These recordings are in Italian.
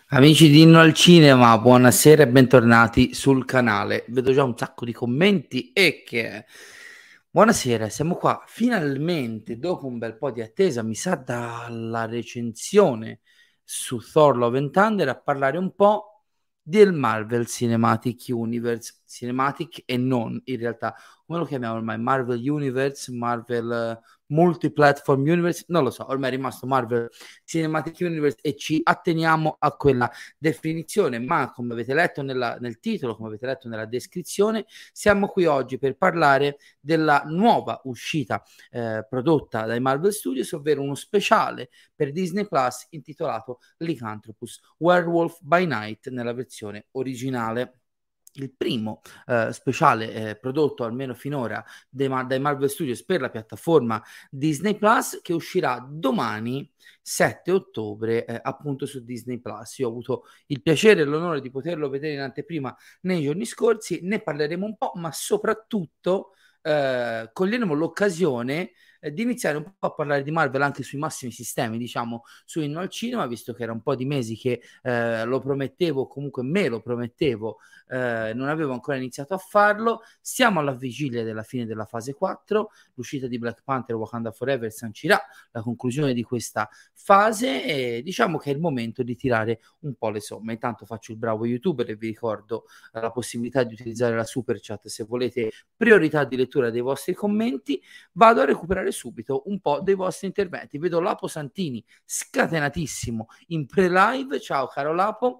Amici di Inno al Cinema, buonasera e bentornati sul canale. Vedo già un sacco di commenti e che... Buonasera, siamo qua finalmente dopo un bel po' di attesa, mi sa dalla recensione su Thor Love and Thunder, a parlare un po' del Marvel Cinematic Universe, Cinematic e non in realtà, come lo chiamiamo ormai? Marvel Universe, Marvel Multiplatform Universe, non lo so, ormai è rimasto Marvel Cinematic Universe e ci atteniamo a quella definizione, ma come avete letto nel titolo, come avete letto nella descrizione, siamo qui oggi per parlare della nuova uscita prodotta dai Marvel Studios, ovvero uno speciale per Disney Plus intitolato Lycanthropus Werewolf by Night nella versione originale. Il primo speciale prodotto almeno finora dai Marvel Studios per la piattaforma Disney Plus, che uscirà domani 7 ottobre appunto su Disney Plus. Io ho avuto il piacere e l'onore di poterlo vedere in anteprima nei giorni scorsi, ne parleremo un po', ma soprattutto coglieremo l'occasione di iniziare un po' a parlare di Marvel anche sui massimi sistemi, diciamo, su Inno al Cinema, visto che era un po' di mesi che lo promettevo, comunque me lo promettevo, non avevo ancora iniziato a farlo. Siamo alla vigilia della fine della fase 4, l'uscita di Black Panther Wakanda Forever sancirà la conclusione di questa fase e diciamo che è il momento di tirare un po' le somme. Intanto faccio il bravo youtuber e vi ricordo la possibilità di utilizzare la super chat se volete priorità di lettura dei vostri commenti. Vado a recuperare subito un po' dei vostri interventi. Vedo Lapo Santini scatenatissimo in pre-live. Ciao caro Lapo.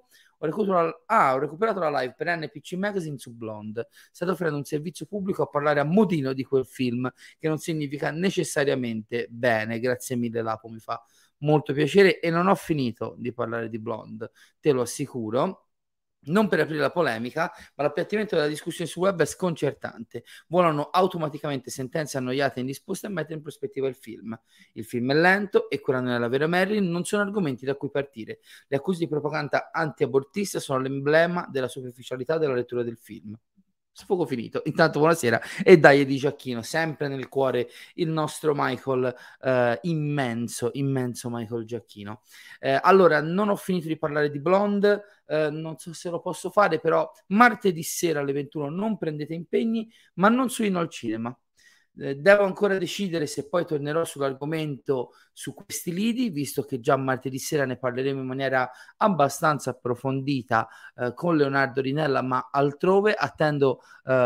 Ho recuperato la live per NPC Magazine su Blonde. State offrendo un servizio pubblico a parlare a modino di quel film, che non significa necessariamente bene. Grazie mille Lapo, mi fa molto piacere e non ho finito di parlare di Blonde, te lo assicuro. Non per aprire la polemica, ma l'appiattimento della discussione sul web è sconcertante. Volano automaticamente sentenze annoiate e indisposte a mettere in prospettiva il film. Il film è lento e quella non è la vera Marilyn, non sono argomenti da cui partire. Le accuse di propaganda anti-abortista sono l'emblema della superficialità della lettura del film. Sfogo finito. Intanto buonasera e dai di Giacchino, sempre nel cuore il nostro Michael, immenso Michael Giacchino. Allora, non ho finito di parlare di Blonde, non so se lo posso fare, però martedì sera alle 21 non prendete impegni, ma non su Inno al Cinema. Devo ancora decidere se poi tornerò sull'argomento su questi lidi, visto che già martedì sera ne parleremo in maniera abbastanza approfondita con Leonardo Rinella, ma altrove attendo,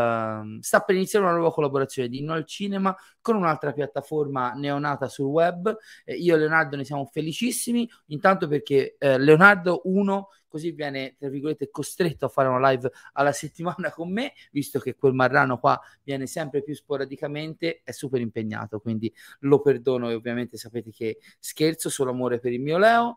sta per iniziare una nuova collaborazione di Inno al Cinema con un'altra piattaforma neonata sul web. Io e Leonardo ne siamo felicissimi, intanto perché Leonardo 1 così viene, tra virgolette, costretto a fare una live alla settimana con me, visto che quel marrano qua viene sempre più sporadicamente, è super impegnato, quindi lo perdono e ovviamente sapete che scherzo, solo amore per il mio Leo.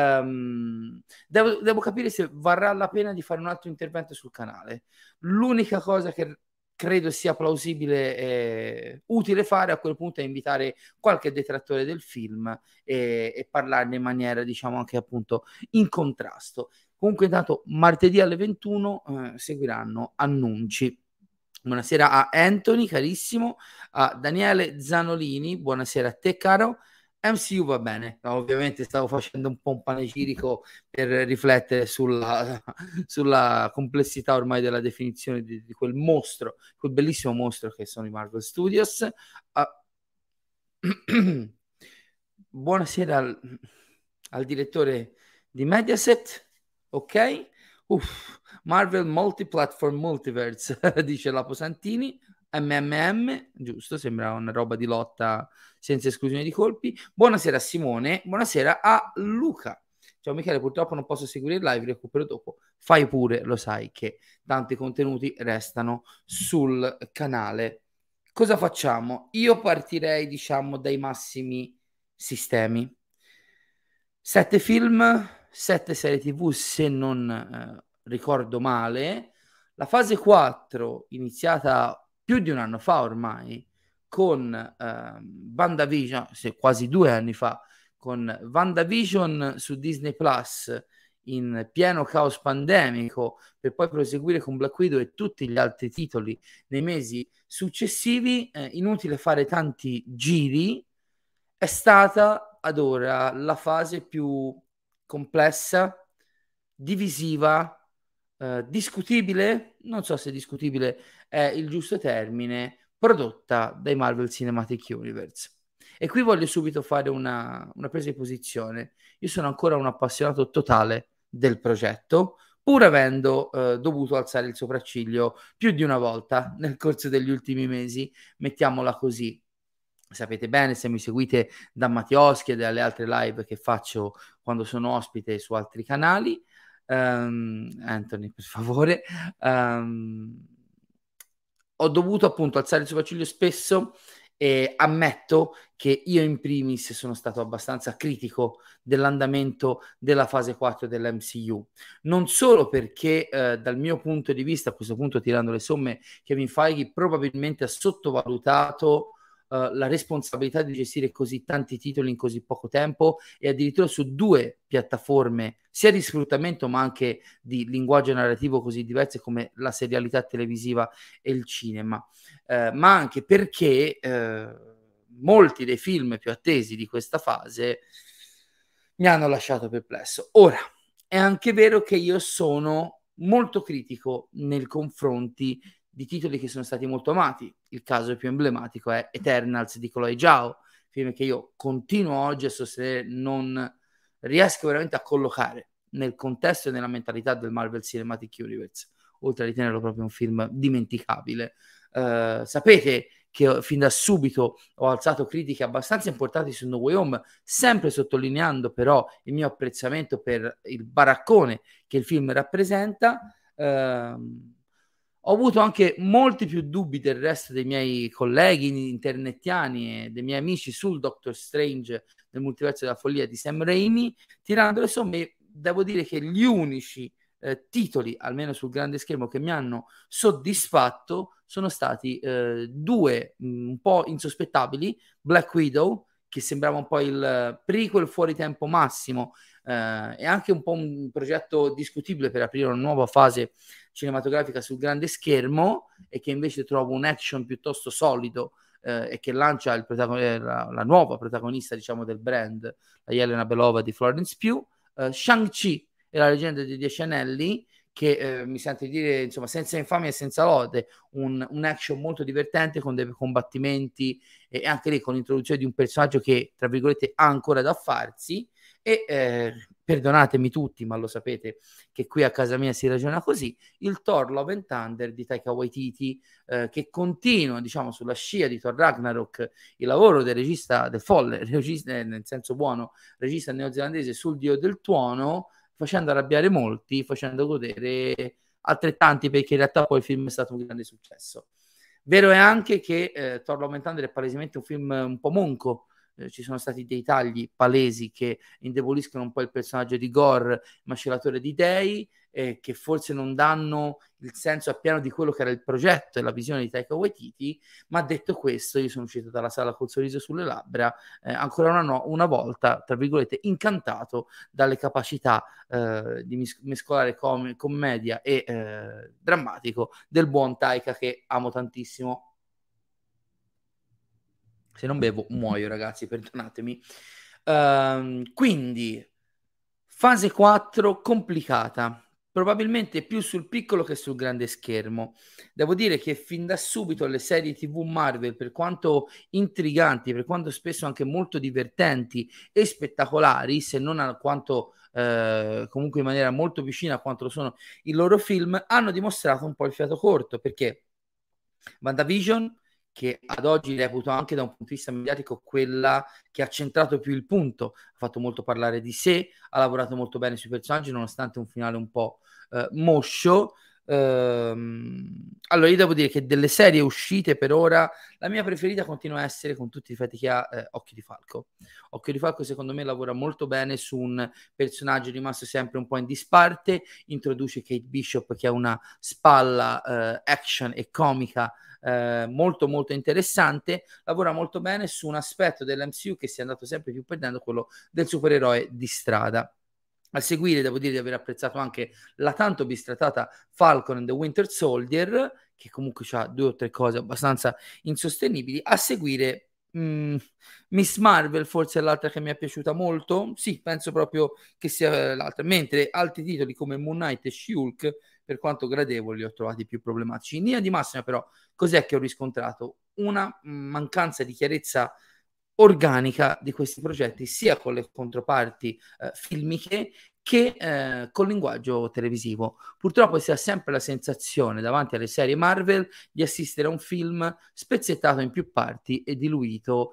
Devo capire se varrà la pena di fare un altro intervento sul canale. L'unica cosa che credo sia plausibile e utile fare a quel punto è invitare qualche detrattore del film e parlarne in maniera, diciamo, anche appunto in contrasto. Comunque, intanto, martedì alle 21 seguiranno annunci. Buonasera a Anthony, carissimo, a Daniele Zanolini, buonasera a te, caro. MCU va bene, no, ovviamente stavo facendo un po' un panegirico per riflettere sulla complessità ormai della definizione di quel mostro, quel bellissimo mostro che sono i Marvel Studios. Buonasera al direttore di Mediaset, ok? Marvel Multiplatform Multiverse, dice Lapo Santini. MMM, giusto, sembra una roba di lotta senza esclusione di colpi. Buonasera a Simone, buonasera a Luca. Ciao Michele, purtroppo non posso seguire il live, recupero dopo. Fai pure, lo sai che tanti contenuti restano sul canale. Cosa facciamo? Io partirei, diciamo, dai massimi sistemi. 7 film, 7 serie TV, se non ricordo male. La fase 4, iniziata più di un anno fa ormai, con WandaVision, quasi 2 anni fa, con WandaVision su Disney Plus in pieno caos pandemico, per poi proseguire con Black Widow e tutti gli altri titoli nei mesi successivi. Inutile fare tanti giri, è stata ad ora la fase più complessa, divisiva, discutibile, non so se discutibile è il giusto termine, prodotta dai Marvel Cinematic Universe. E qui voglio subito fare una presa di posizione. Io sono ancora un appassionato totale del progetto, pur avendo dovuto alzare il sopracciglio più di una volta nel corso degli ultimi mesi, mettiamola così. Sapete bene, se mi seguite da Mattioschi e dalle altre live che faccio quando sono ospite su altri canali, Anthony, per favore, ho dovuto appunto alzare il sopracciglio spesso e ammetto che io in primis sono stato abbastanza critico dell'andamento della fase 4 dell'MCU, non solo perché dal mio punto di vista, a questo punto tirando le somme, Kevin Feige probabilmente ha sottovalutato la responsabilità di gestire così tanti titoli in così poco tempo e addirittura su 2 piattaforme sia di sfruttamento ma anche di linguaggio narrativo così diverse come la serialità televisiva e il cinema, ma anche perché molti dei film più attesi di questa fase mi hanno lasciato perplesso. Ora, è anche vero che io sono molto critico nei confronti di titoli che sono stati molto amati. Il caso più emblematico è Eternals di Chloe Zhao, film che io continuo oggi a sostenere non riesco veramente a collocare nel contesto e nella mentalità del Marvel Cinematic Universe, oltre a ritenerlo proprio un film dimenticabile. Sapete che fin da subito ho alzato critiche abbastanza importanti su No Way Home, sempre sottolineando però il mio apprezzamento per il baraccone che il film rappresenta. Ho avuto anche molti più dubbi del resto dei miei colleghi internettiani e dei miei amici sul Doctor Strange nel multiverso della follia di Sam Raimi, tirando le somme, devo dire che gli unici titoli, almeno sul grande schermo, che mi hanno soddisfatto sono stati 2 un po' insospettabili, Black Widow, che sembrava un po' il prequel fuori tempo massimo, e anche un po' un progetto discutibile per aprire una nuova fase cinematografica sul grande schermo, e che invece trovo un action piuttosto solido e che lancia la nuova protagonista, diciamo, del brand, la Yelena Belova di Florence Pugh, Shang-Chi e la leggenda dei 10 anelli, che mi sento di dire, insomma, senza infamia e senza lode, un action molto divertente con dei combattimenti e anche lì con l'introduzione di un personaggio che, tra virgolette, ha ancora da farsi. E perdonatemi tutti, ma lo sapete che qui a casa mia si ragiona così, il Thor Love and Thunder di Taika Waititi, che continua, diciamo, sulla scia di Thor Ragnarok, il lavoro del regista, del folle, regista, nel senso buono, regista neozelandese sul Dio del Tuono, facendo arrabbiare molti, facendo godere altrettanti, perché in realtà poi il film è stato un grande successo. Vero è anche che Thor Love and Thunder è palesemente un film un po' monco, ci sono stati dei tagli palesi che indeboliscono un po' il personaggio di Gore, macellatore di dei, che forse non danno il senso appieno di quello che era il progetto e la visione di Taika Waititi. Ma detto questo, io sono uscito dalla sala col sorriso sulle labbra, ancora una volta, tra virgolette, incantato dalle capacità di mescolare commedia e drammatico del buon Taika, che amo tantissimo. Se non bevo muoio, ragazzi, perdonatemi. Quindi fase 4 complicata, probabilmente più sul piccolo che sul grande schermo. Devo dire che fin da subito le serie TV Marvel, per quanto intriganti, per quanto spesso anche molto divertenti e spettacolari, se non alquanto comunque in maniera molto vicina a quanto lo sono i loro film, hanno dimostrato un po' il fiato corto, perché WandaVision, che ad oggi reputo anche da un punto di vista mediatico quella che ha centrato più il punto, ha fatto molto parlare di sé, ha lavorato molto bene sui personaggi nonostante un finale un po' moscio. Allora io devo dire che delle serie uscite per ora la mia preferita continua a essere, con tutti i difetti che ha, Occhio di Falco. Occhio di Falco secondo me lavora molto bene su un personaggio rimasto sempre un po' in disparte, introduce Kate Bishop che ha una spalla action e comica molto molto interessante, lavora molto bene su un aspetto dell'MCU che si è andato sempre più perdendo, quello del supereroe di strada. A seguire devo dire di aver apprezzato anche la tanto bistrattata Falcon and the Winter Soldier, che comunque ha 2 o 3 cose abbastanza insostenibili. A seguire Miss Marvel forse è l'altra che mi è piaciuta molto, sì, penso proprio che sia l'altra, mentre altri titoli come Moon Knight e She-Hulk, per quanto gradevoli, li ho trovati più problematici. In linea di massima però, cos'è che ho riscontrato? Una mancanza di chiarezza organica di questi progetti, sia con le controparti filmiche che col linguaggio televisivo. Purtroppo si ha sempre la sensazione davanti alle serie Marvel di assistere a un film spezzettato in più parti e diluito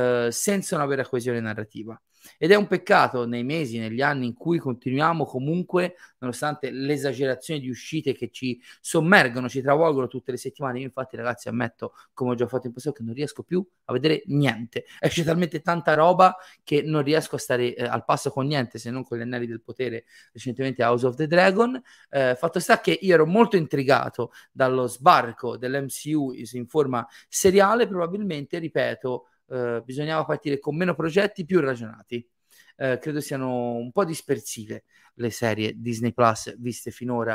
senza una vera coesione narrativa. Ed è un peccato nei mesi, negli anni in cui continuiamo comunque, nonostante l'esagerazione di uscite che ci sommergono, ci travolgono tutte le settimane. Io infatti ragazzi ammetto, come ho già fatto in passato, che non riesco più a vedere niente. Esce talmente tanta roba che non riesco a stare al passo con niente, se non con gli Anelli del Potere, recentemente House of the Dragon. Fatto sta che io ero molto intrigato dallo sbarco dell'MCU in forma seriale, probabilmente, ripeto, bisognava partire con meno progetti più ragionati. Credo siano un po' dispersive le serie Disney Plus viste finora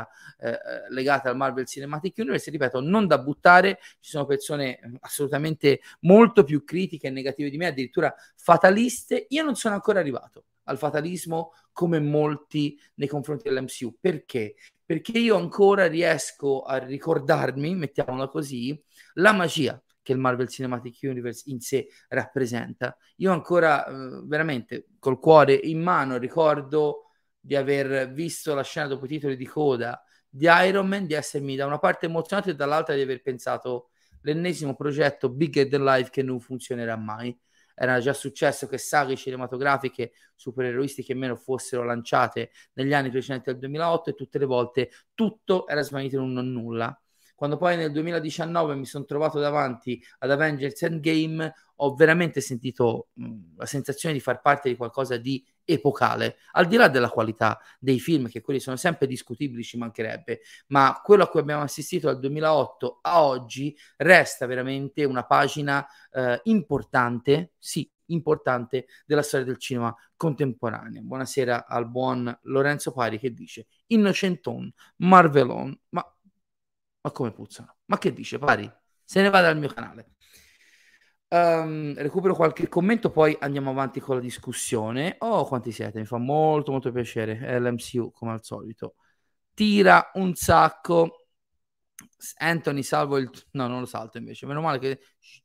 legate al Marvel Cinematic Universe, ripeto, non da buttare, ci sono persone assolutamente molto più critiche e negative di me, addirittura fataliste. Io non sono ancora arrivato al fatalismo come molti nei confronti dell'MCU. Perché? Perché io ancora riesco a ricordarmi, mettiamola così, la magia che il Marvel Cinematic Universe in sé rappresenta. Io ancora veramente col cuore in mano ricordo di aver visto la scena dopo i titoli di coda di Iron Man, di essermi da una parte emozionato e dall'altra di aver pensato l'ennesimo progetto bigger than life che non funzionerà mai. Era già successo che saghe cinematografiche supereroistiche meno fossero lanciate negli anni precedenti al 2008 e tutte le volte tutto era svanito in un non nulla. Quando poi nel 2019 mi sono trovato davanti ad Avengers Endgame, ho veramente sentito la sensazione di far parte di qualcosa di epocale, al di là della qualità dei film, che quelli sono sempre discutibili, ci mancherebbe, ma quello a cui abbiamo assistito dal 2008 a oggi resta veramente una pagina importante, sì, importante della storia del cinema contemporaneo. Buonasera al buon Lorenzo Pari che dice Innocenton, Marvelon, ma come puzzano? Ma che dice Pari? Se ne va dal mio canale. Recupero qualche commento, poi andiamo avanti con la discussione. Oh, quanti siete? Mi fa molto molto piacere. È l'MCU come al solito. Tira un sacco. Anthony, salvo il... No, non lo salto invece. Meno male che...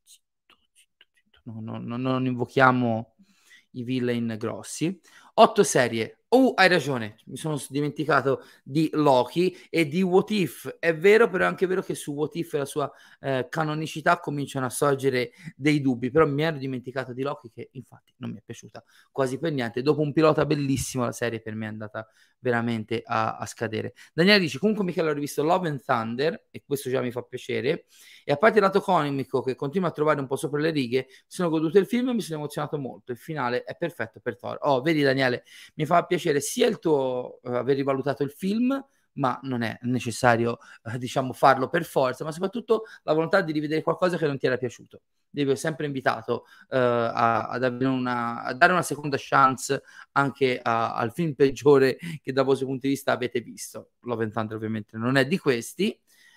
non invochiamo i villain grossi. 8 serie. Oh, hai ragione, mi sono dimenticato di Loki e di What If. È vero, però è anche vero che su What If e la sua canonicità cominciano a sorgere dei dubbi, però mi ero dimenticato di Loki che infatti non mi è piaciuta quasi per niente. Dopo un pilota bellissimo la serie per me è andata veramente a scadere. Daniele dice, comunque Michele ho rivisto Love and Thunder e questo già mi fa piacere e a parte il lato comico che continua a trovare un po' sopra le righe, sono goduto il film e mi sono emozionato molto. Il finale è perfetto per Thor. Oh, vedi Daniele, mi fa piacere sia il tuo aver rivalutato il film, ma non è necessario diciamo farlo per forza, ma soprattutto la volontà di rivedere qualcosa che non ti era piaciuto. Devi ho sempre invitato a dare una seconda chance anche al film peggiore che dal vostro punto di vista avete visto. Love and Thunder ovviamente non è di questi.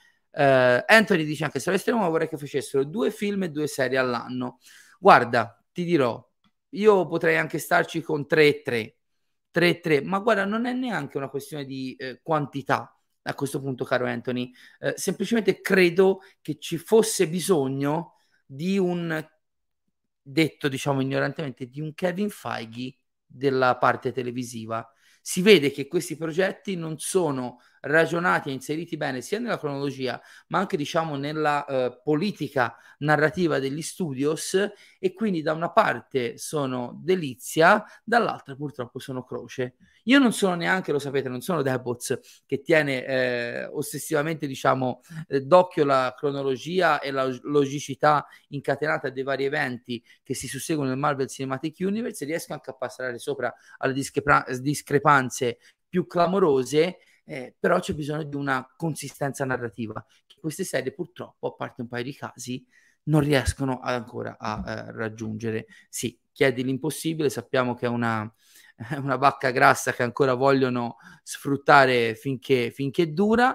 Anthony dice anche se all'estremo vorrei che facessero 2 film e 2 serie all'anno. Guarda, ti dirò, io potrei anche starci con 3-3, 3-3, ma guarda, non è neanche una questione di quantità a questo punto, caro Anthony. Semplicemente credo che ci fosse bisogno di un, detto diciamo ignorantemente, di un Kevin Feige della parte televisiva. Si vede che questi progetti non sono ragionati e inseriti bene sia nella cronologia, ma anche diciamo nella politica narrativa degli studios e quindi da una parte sono delizia, dall'altra purtroppo sono croce. Io non sono neanche, lo sapete, non sono Deboz che tiene ossessivamente diciamo d'occhio la cronologia e la logicità incatenata dei vari eventi che si susseguono nel Marvel Cinematic Universe e riesco anche a passare sopra alle discrepanze più clamorose, però c'è bisogno di una consistenza narrativa che queste serie purtroppo, a parte un paio di casi, non riescono ancora a raggiungere. Sì, chiedi l'impossibile, sappiamo che è una vacca grassa che ancora vogliono sfruttare finché dura.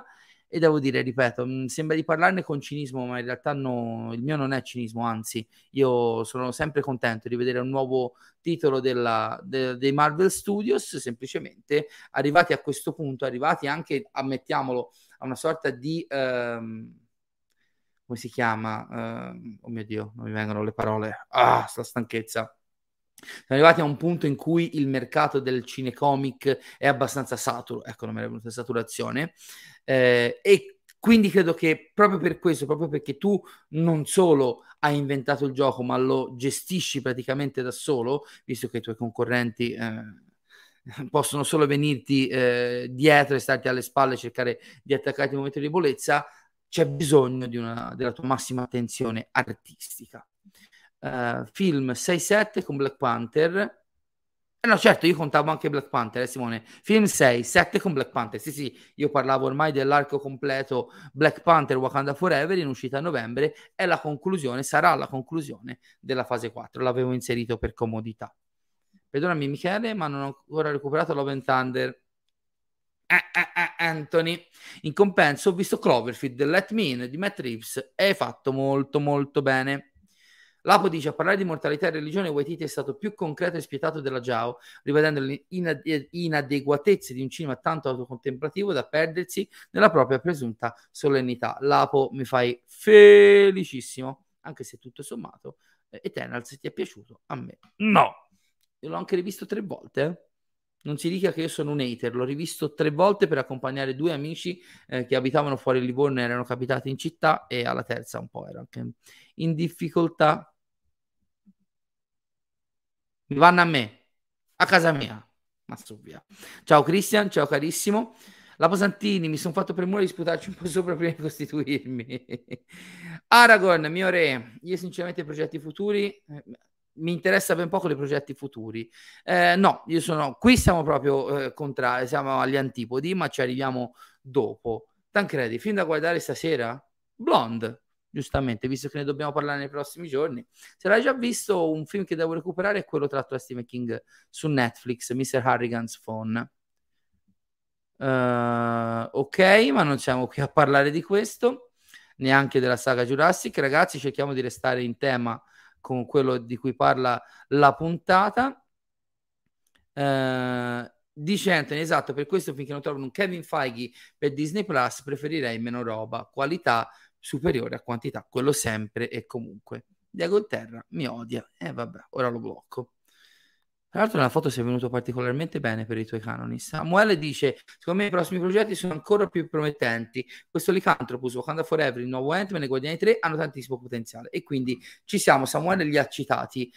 e devo dire, ripeto, sembra di parlarne con cinismo, ma in realtà no, il mio non è cinismo, anzi, io sono sempre contento di vedere un nuovo titolo dei Marvel Studios, semplicemente arrivati a questo punto, arrivati anche, ammettiamolo, a una sorta di... come si chiama? Oh mio Dio, non mi vengono le parole. Ah, sta stanchezza. Siamo arrivati a un punto in cui il mercato del cinecomic è abbastanza saturo, ecco, non mi è venuta saturazione, e quindi credo che proprio per questo, proprio perché tu non solo hai inventato il gioco, ma lo gestisci praticamente da solo, visto che i tuoi concorrenti possono solo venirti dietro e starti alle spalle e cercare di attaccarti in un momento di debolezza, c'è bisogno della tua massima attenzione artistica. Film 6-7 con Black Panther. No, certo, io contavo anche Black Panther, Simone. Film 6, 7 con Black Panther. Sì, sì, io parlavo ormai dell'arco completo Black Panther Wakanda Forever in uscita a novembre. È la conclusione, sarà la conclusione della fase 4. L'avevo inserito per comodità. Perdonami, Michele, ma non ho ancora recuperato Love and Thunder. Anthony. In compenso ho visto Cloverfield, Let Me In di Matt Reeves e è fatto molto molto bene. Lapo dice: a parlare di mortalità e religione Waititi è stato più concreto e spietato della Giao, rivedendo le inadeguatezze di un cinema tanto autocontemplativo da perdersi nella propria presunta solennità. Lapo, mi fai felicissimo, anche se tutto sommato Eternals ti è piaciuto, a me no. Io l'ho anche rivisto 3 volte. Non si dica che io sono un hater, l'ho rivisto 3 volte per accompagnare 2 amici che abitavano fuori Livorno e erano capitati in città, e alla terza un po' ero anche in difficoltà. Mi vanno a me, a casa mia. Ma su via. Ciao Cristian, ciao carissimo. La Posantini, mi sono fatto premura di sputarci un po' sopra prima di costituirmi. Aragorn, mio re, io sinceramente i progetti futuri mi interessa ben poco dei progetti futuri. No, io sono qui, siamo proprio contrari, siamo agli antipodi, ma ci arriviamo dopo. Tancredi, film da guardare stasera? Blonde, giustamente, visto che ne dobbiamo parlare nei prossimi giorni. Se l'hai già visto, un film che devo recuperare è quello tratto da Stephen King su Netflix, Mr. Harrigan's Phone. Ok, ma non siamo qui a parlare di questo, neanche della saga Jurassic. Ragazzi, cerchiamo di restare in tema con quello di cui parla la puntata. Dice Anthony, esatto, per questo finché non trovano un Kevin Feige per Disney Plus preferirei meno roba, qualità superiore a quantità, quello sempre e comunque. Diego Terra mi odia, e vabbè, ora lo blocco. Tra l'altro nella foto sei venuto particolarmente bene per i tuoi canoni. Samuele dice: secondo me i prossimi progetti sono ancora più promettenti. Questo Lycanthropus, Wakanda Forever, il nuovo Ant-Man e Guardiani 3 hanno tantissimo potenziale. E quindi ci siamo, Samuele li ha citati.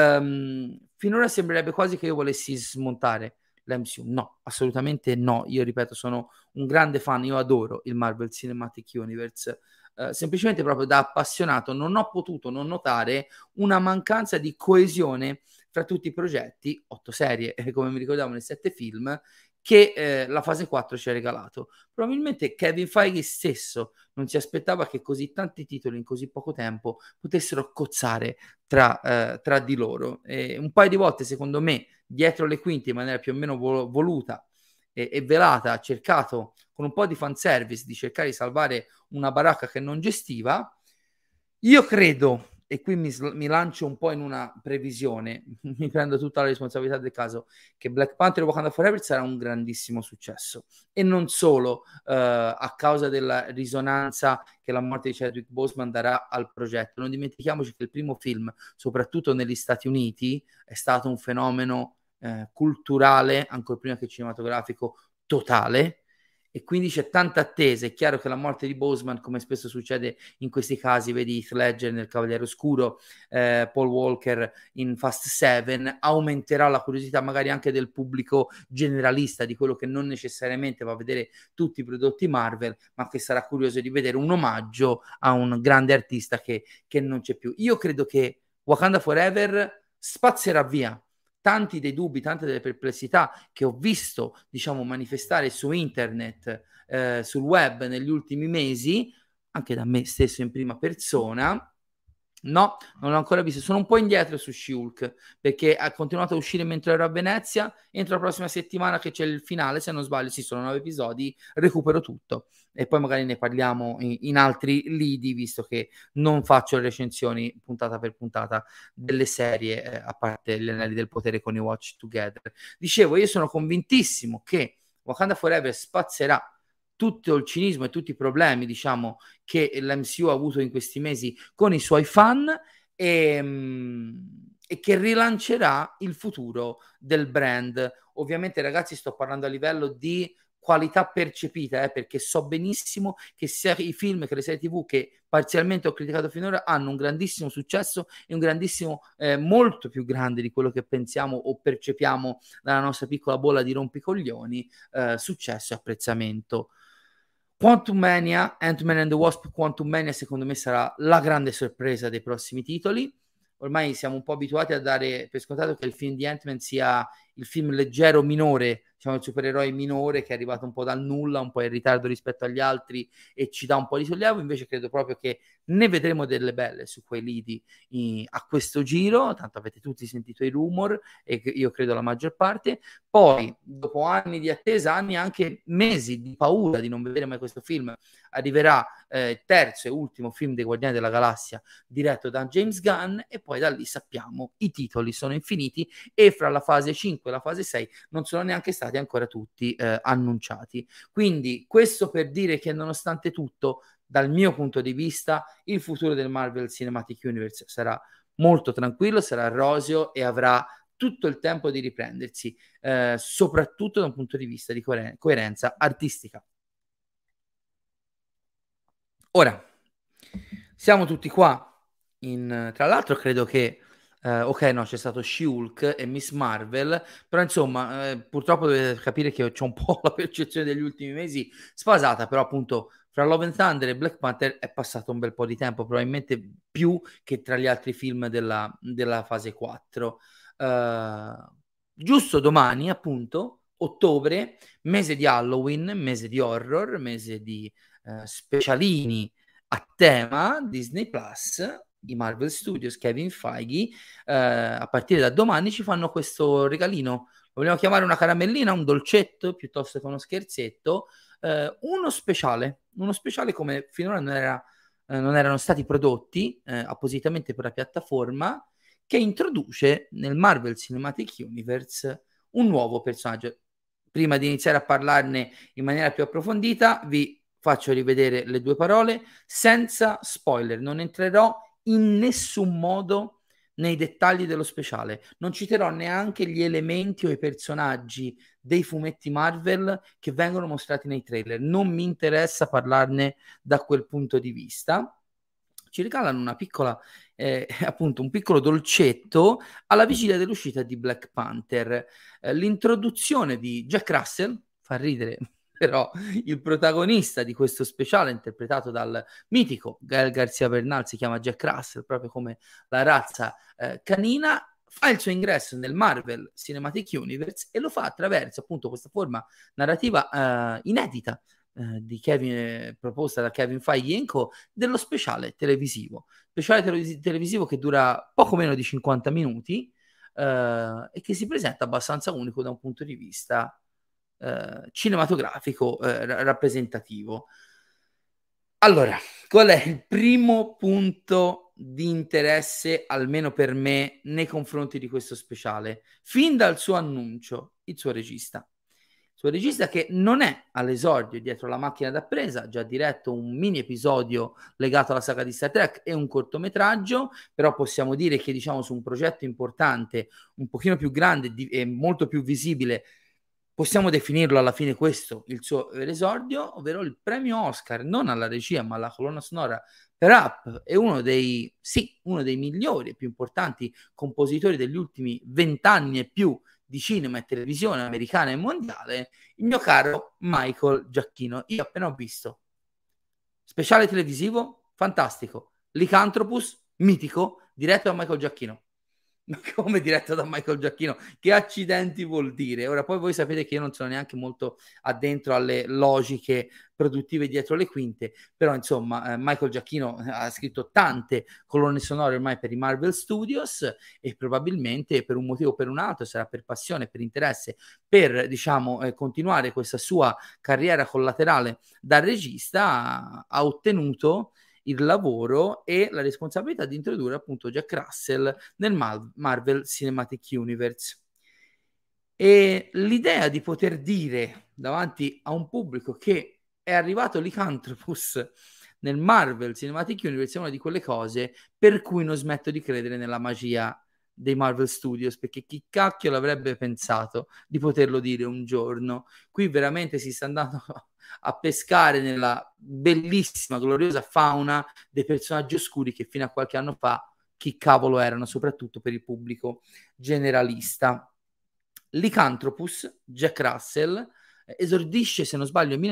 Finora sembrerebbe quasi che io volessi smontare l'MCU. No, assolutamente no. Io ripeto, sono un grande fan, io adoro il Marvel Cinematic Universe. Semplicemente proprio da appassionato non ho potuto non notare una mancanza di coesione fra tutti i progetti, 8 serie, come mi ricordavo nei 7 film, che la fase 4 ci ha regalato. Probabilmente Kevin Feige stesso non si aspettava che così tanti titoli in così poco tempo potessero cozzare tra di loro. Un paio di volte, secondo me, dietro le quinte, in maniera più o meno voluta e velata, ha cercato, con un po' di fanservice, di cercare di salvare una baracca che non gestiva. Io credo, e qui mi lancio un po' in una previsione, mi prendo tutta la responsabilità del caso, che Black Panther Wakanda Forever sarà un grandissimo successo. E non solo a causa della risonanza che la morte di Chadwick Boseman darà al progetto. Non dimentichiamoci che il primo film, soprattutto negli Stati Uniti, è stato un fenomeno culturale, ancora prima che cinematografico, totale, e quindi c'è tanta attesa. È chiaro che la morte di Boseman, come spesso succede in questi casi, vedi Heath Ledger nel Cavaliere Oscuro, Paul Walker in Fast 7, aumenterà la curiosità magari anche del pubblico generalista, di quello che non necessariamente va a vedere tutti i prodotti Marvel, ma che sarà curioso di vedere un omaggio a un grande artista che non c'è più. Io credo che Wakanda Forever spazzerà via tanti dei dubbi, tante delle perplessità che ho visto, diciamo, manifestare su internet, sul web negli ultimi mesi, anche da me stesso in prima persona, No, non l'ho ancora visto. Sono un po' indietro su She-Hulk perché ha continuato a uscire mentre ero a Venezia. Entro la prossima settimana che c'è il finale, se non sbaglio, sì, sono 9 episodi, recupero tutto e poi magari ne parliamo in altri lidi, visto che non faccio le recensioni puntata per puntata delle serie, a parte gli Anelli del Potere con i Watch Together. Dicevo, io sono convintissimo che Wakanda Forever spazierà tutto il cinismo e tutti i problemi, diciamo, che l'MCU ha avuto in questi mesi con i suoi fan e che rilancerà il futuro del brand. Ovviamente, ragazzi, sto parlando a livello di qualità percepita, perché so benissimo che sia i film che le serie TV che parzialmente ho criticato finora hanno un grandissimo successo e un grandissimo, molto più grande di quello che pensiamo o percepiamo dalla nostra piccola bolla di rompicoglioni, successo e apprezzamento. Quantumania, Ant-Man and the Wasp Quantumania secondo me sarà la grande sorpresa dei prossimi titoli. Ormai siamo un po' abituati a dare per scontato che il film di Ant-Man sia il film leggero minore, diciamo il supereroe minore che è arrivato un po' dal nulla, un po' in ritardo rispetto agli altri e ci dà un po' di sollievo. Invece credo proprio che ne vedremo delle belle su quei lidi a questo giro, tanto avete tutti sentito i rumor e io credo la maggior parte. Poi, dopo anni di attesa, anni anche mesi di paura di non vedere mai questo film, arriverà il terzo e ultimo film dei Guardiani della Galassia diretto da James Gunn e poi da lì sappiamo i titoli sono infiniti e fra la fase 5 e la fase 6 non sono neanche stati ancora tutti annunciati. Quindi questo per dire che nonostante tutto, dal mio punto di vista, il futuro del Marvel Cinematic Universe sarà molto tranquillo, sarà roseo e avrà tutto il tempo di riprendersi, soprattutto da un punto di vista di coerenza artistica. Ora, siamo tutti qua. Tra l'altro credo che ok, no, c'è stato She-Hulk e Miss Marvel, però insomma, purtroppo dovete capire che ho un po' la percezione degli ultimi mesi sfasata, però appunto fra Love and Thunder e Black Panther è passato un bel po' di tempo, probabilmente più che tra gli altri film della fase 4. Giusto domani, appunto, ottobre, mese di Halloween, mese di horror, mese di specialini a tema Disney Plus, i Marvel Studios, Kevin Feige, a partire da domani ci fanno questo regalino. Lo vogliamo chiamare una caramellina, un dolcetto, piuttosto che uno scherzetto, uno speciale come finora non erano stati prodotti appositamente per la piattaforma, che introduce nel Marvel Cinematic Universe un nuovo personaggio. Prima di iniziare a parlarne in maniera più approfondita, vi faccio rivedere le due parole senza spoiler. Non entrerò in nessun modo nei dettagli dello speciale. Non citerò neanche gli elementi o i personaggi dei fumetti Marvel che vengono mostrati nei trailer. Non mi interessa parlarne da quel punto di vista. Ci regalano una piccola, appunto, un piccolo dolcetto alla vigilia dell'uscita di Black Panther. L'introduzione di Jack Russell fa ridere, però il protagonista di questo speciale, interpretato dal mitico Gael Garcia Bernal, si chiama Jack Russell, proprio come la razza canina, fa il suo ingresso nel Marvel Cinematic Universe e lo fa attraverso appunto questa forma narrativa inedita di Kevin, proposta da Kevin Feige & Co. dello speciale televisivo. Speciale televisivo che dura poco meno di 50 minuti e che si presenta abbastanza unico da un punto di vista cinematografico rappresentativo. Allora, qual è il primo punto di interesse, almeno per me, nei confronti di questo speciale? Fin dal suo annuncio, il suo regista. Il suo regista che non è all'esordio dietro la macchina da presa, già diretto un mini episodio legato alla saga di Star Trek e un cortometraggio, però possiamo dire che diciamo su un progetto importante, un pochino più grande e molto più visibile, possiamo definirlo alla fine questo il suo esordio, ovvero il premio Oscar, non alla regia ma alla colonna sonora per Up, è uno dei migliori e più importanti compositori degli ultimi 20 anni e più di cinema e televisione americana e mondiale, il mio caro Michael Giacchino. Io appena ho visto speciale televisivo, fantastico, Lycanthropus, mitico, diretto da Michael Giacchino. come diretta da Michael Giacchino, che accidenti vuol dire? Ora poi voi sapete che io non sono neanche molto addentro alle logiche produttive dietro le quinte, però insomma Michael Giacchino ha scritto tante colonne sonore ormai per i Marvel Studios e probabilmente per un motivo o per un altro, sarà per passione, per interesse, per diciamo continuare questa sua carriera collaterale da regista, ha ottenuto il lavoro e la responsabilità di introdurre appunto Jack Russell nel Marvel Cinematic Universe. E l'idea di poter dire davanti a un pubblico che è arrivato Lycanthropus nel Marvel Cinematic Universe è una di quelle cose per cui non smetto di credere nella magia dei Marvel Studios, perché chi cacchio l'avrebbe pensato di poterlo dire un giorno? Qui veramente si sta andando a pescare nella bellissima, gloriosa fauna dei personaggi oscuri che fino a qualche anno fa chi cavolo erano, soprattutto per il pubblico generalista. Lycanthropus, Jack Russell, esordisce, se non sbaglio, nel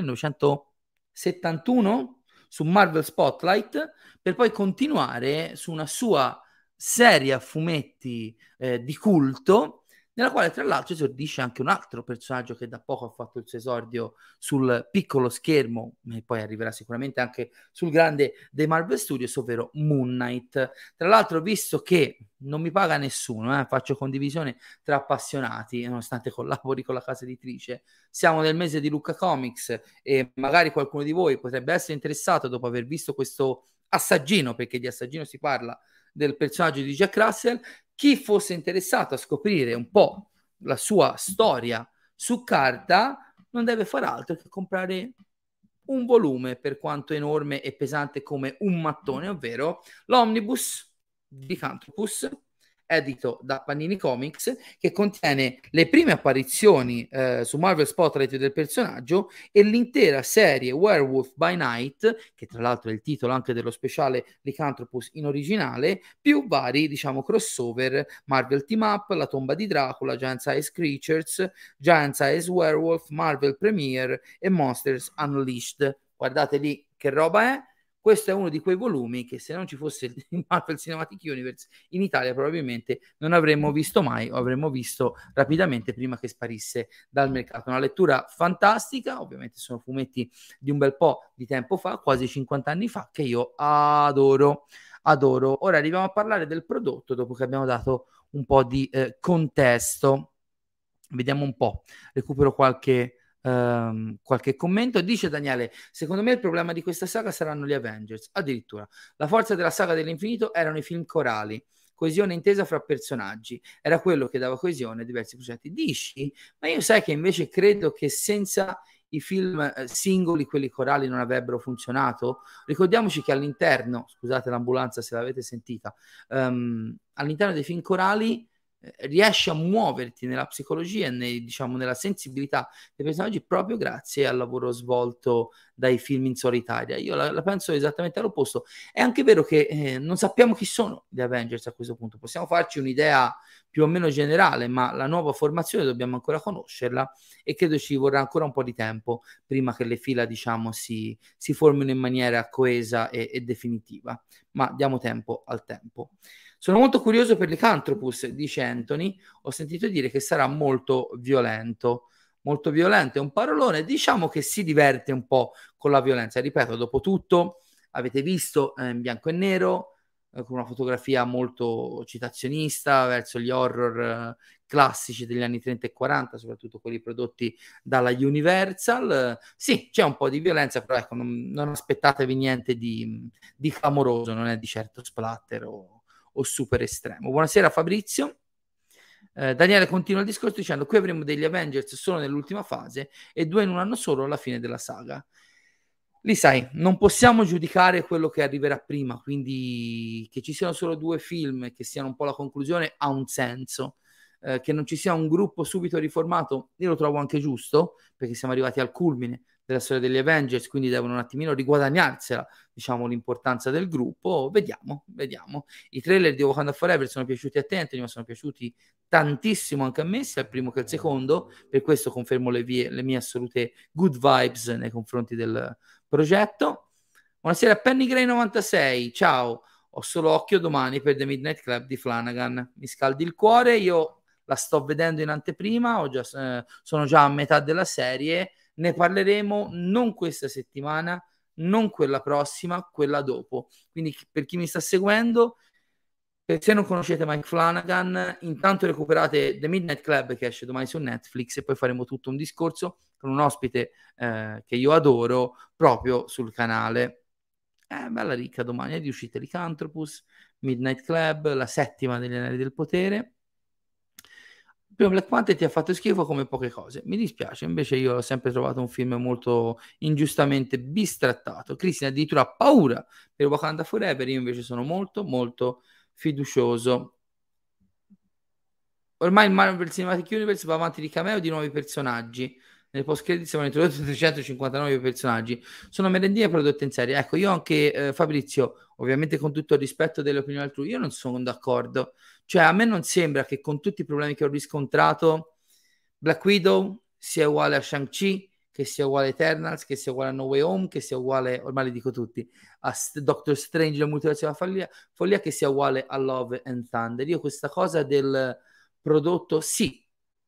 1971 su Marvel Spotlight, per poi continuare su una sua serie a fumetti di culto, nella quale tra l'altro esordisce anche un altro personaggio che da poco ha fatto il suo esordio sul piccolo schermo, e poi arriverà sicuramente anche sul grande dei Marvel Studios, ovvero Moon Knight. Tra l'altro, visto che non mi paga nessuno, faccio condivisione tra appassionati, nonostante collabori con la casa editrice, siamo nel mese di Lucca Comics e magari qualcuno di voi potrebbe essere interessato dopo aver visto questo assaggino, perché di assaggino si parla, del personaggio di Jack Russell. Chi fosse interessato a scoprire un po' la sua storia su carta non deve far altro che comprare un volume, per quanto enorme e pesante come un mattone, ovvero l'Omnibus di Lycanthropus, edito da Panini Comics, che contiene le prime apparizioni su Marvel Spotlight del personaggio e l'intera serie Werewolf by Night, che tra l'altro è il titolo anche dello speciale Lycanthropus in originale, più vari, diciamo, crossover, Marvel Team Up, La tomba di Dracula, Giant Size Creatures, Giant Size Werewolf, Marvel Premiere e Monsters Unleashed. Guardate lì che roba è. Questo è uno di quei volumi che se non ci fosse il Marvel Cinematic Universe in Italia probabilmente non avremmo visto mai o avremmo visto rapidamente prima che sparisse dal mercato. Una lettura fantastica, ovviamente sono fumetti di un bel po' di tempo fa, quasi 50 anni fa, che io adoro. Ora arriviamo a parlare del prodotto dopo che abbiamo dato un po' di contesto. Vediamo un po', recupero qualche commento. Dice Daniele: secondo me il problema di questa saga saranno gli Avengers. Addirittura la forza della saga dell'infinito erano i film corali, coesione intesa fra personaggi, era quello che dava coesione a diversi progetti. Dici? Ma io sai che invece credo che senza i film singoli, quelli corali, non avrebbero funzionato. Ricordiamoci che all'interno, scusate l'ambulanza se l'avete sentita, all'interno dei film corali riesci a muoverti nella psicologia e diciamo, nella sensibilità dei personaggi proprio grazie al lavoro svolto dai film in solitaria. Io la penso esattamente all'opposto. È anche vero che non sappiamo chi sono gli Avengers a questo punto, possiamo farci un'idea più o meno generale, ma la nuova formazione dobbiamo ancora conoscerla e credo ci vorrà ancora un po' di tempo prima che le fila, diciamo, si formino in maniera coesa e definitiva, ma diamo tempo al tempo. Sono molto curioso per Lycanthropus, dice Anthony. Ho sentito dire che sarà molto violento. Molto violento è un parolone. Diciamo che si diverte un po' con la violenza. Ripeto, dopo tutto, avete visto in bianco e nero, con una fotografia molto citazionista verso gli horror classici degli anni 30 e 40, soprattutto quelli prodotti dalla Universal. Sì, c'è un po' di violenza, però ecco, non aspettatevi niente di clamoroso, non è di certo splatter o super estremo. Buonasera Fabrizio. Daniele continua il discorso dicendo: qui avremo degli Avengers solo nell'ultima fase e 2 in un anno solo alla fine della saga. Lì sai, non possiamo giudicare quello che arriverà prima, quindi che ci siano solo 2 film e che siano un po' la conclusione ha un senso. Che non ci sia un gruppo subito riformato, io lo trovo anche giusto, perché siamo arrivati al culmine della storia degli Avengers, quindi devono un attimino riguadagnarsela, diciamo, l'importanza del gruppo. Vediamo. I trailer di Wakanda Forever sono piaciuti a te, Anthony, ma sono piaciuti tantissimo anche a me, sia il primo che il secondo, per questo confermo le mie assolute good vibes nei confronti del progetto. Buonasera Penny Gray 96, ciao. ho solo occhio domani per The Midnight Club di Flanagan. Mi scaldi il cuore, io la sto vedendo in anteprima, sono già a metà della serie, ne parleremo non questa settimana, non quella prossima, quella dopo. Quindi per chi mi sta seguendo, se non conoscete Mike Flanagan, intanto recuperate The Midnight Club che esce domani su Netflix e poi faremo tutto un discorso con un ospite che io adoro proprio sul canale. Bella ricca domani, è di uscita Lycanthropus, Midnight Club, la settima degli Anelli del Potere. Il primo Black Panther ti ha fatto schifo come poche cose. Mi dispiace, invece io ho sempre trovato un film molto ingiustamente bistrattato. Christian addirittura ha paura per Wakanda Forever, io invece sono molto molto fiducioso. Ormai il Marvel Cinematic Universe va avanti di cameo di nuovi personaggi. Nel post credit sono introdotti 359 personaggi. Sono merendine prodotte in serie. Ecco, io anche, Fabrizio, ovviamente con tutto il rispetto delle opinioni altrui, io non sono d'accordo. Cioè, a me non sembra che con tutti i problemi che ho riscontrato, Black Widow sia uguale a Shang-Chi, che sia uguale a Eternals, che sia uguale a No Way Home, che sia uguale, ormai li dico tutti, a Doctor Strange, la multiverso della follia, che sia uguale a Love and Thunder. Io questa cosa del prodotto, sì,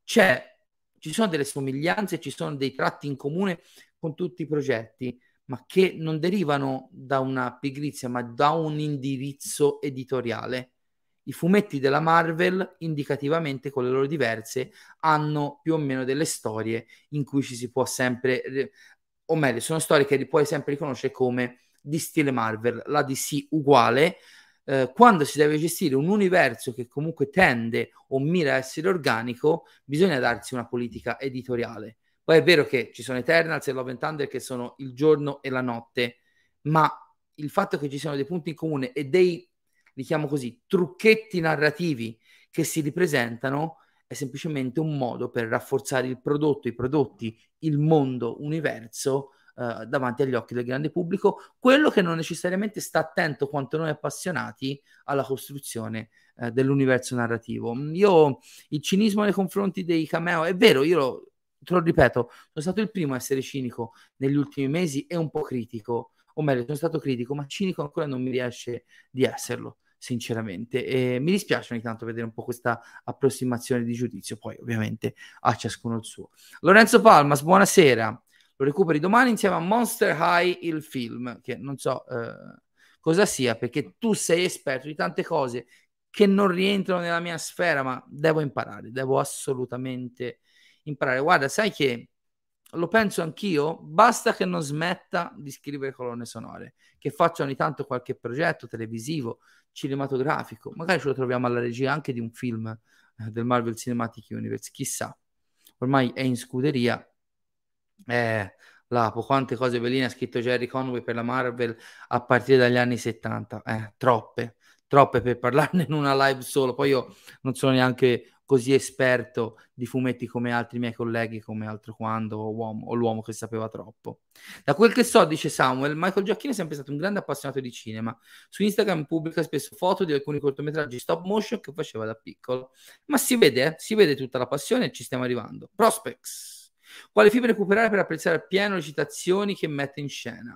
ci sono delle somiglianze, ci sono dei tratti in comune con tutti i progetti, ma che non derivano da una pigrizia, ma da un indirizzo editoriale. I fumetti della Marvel, indicativamente con le loro diverse, hanno più o meno delle storie in cui ci si può sempre, o meglio, sono storie che puoi sempre riconoscere come di stile Marvel. La DC uguale, quando si deve gestire un universo che comunque tende o mira a essere organico, bisogna darsi una politica editoriale. Poi è vero che ci sono Eternals e Love and Thunder che sono il giorno e la notte, ma il fatto che ci siano dei punti in comune e dei, li chiamo così, trucchetti narrativi che si ripresentano è semplicemente un modo per rafforzare il prodotto, i prodotti, il mondo, universo davanti agli occhi del grande pubblico, quello che non necessariamente sta attento quanto noi appassionati alla costruzione dell'universo narrativo. Io il cinismo nei confronti dei cameo, è vero, te lo ripeto, sono stato il primo a essere cinico negli ultimi mesi e un po' critico, o meglio, sono stato critico, ma cinico ancora non mi riesce di esserlo, sinceramente. E mi dispiace ogni tanto vedere un po' questa approssimazione di giudizio, poi ovviamente a ciascuno il suo. Lorenzo Palmas, buonasera. Lo recuperi domani insieme a Monster High, il film, che non so cosa sia, perché tu sei esperto di tante cose che non rientrano nella mia sfera, ma devo imparare, devo assolutamente imparare. Guarda, sai che lo penso anch'io, basta che non smetta di scrivere colonne sonore, che faccia ogni tanto qualche progetto televisivo, cinematografico, magari ce lo troviamo alla regia anche di un film del Marvel Cinematic Universe, chissà. Ormai è in scuderia. Lapo, quante cose belline ha scritto Jerry Conway per la Marvel a partire dagli anni 70, troppe per parlarne in una live solo. Poi io non sono neanche così esperto di fumetti come altri miei colleghi, come Altro Quando o l'uomo che sapeva troppo. Da quel che so, dice Samuel, Michael Giacchino è sempre stato un grande appassionato di cinema. Su Instagram pubblica spesso foto di alcuni cortometraggi stop motion che faceva da piccolo. Ma si vede tutta la passione e ci stiamo arrivando. Prospects. Quale film recuperare per apprezzare appieno le citazioni che mette in scena?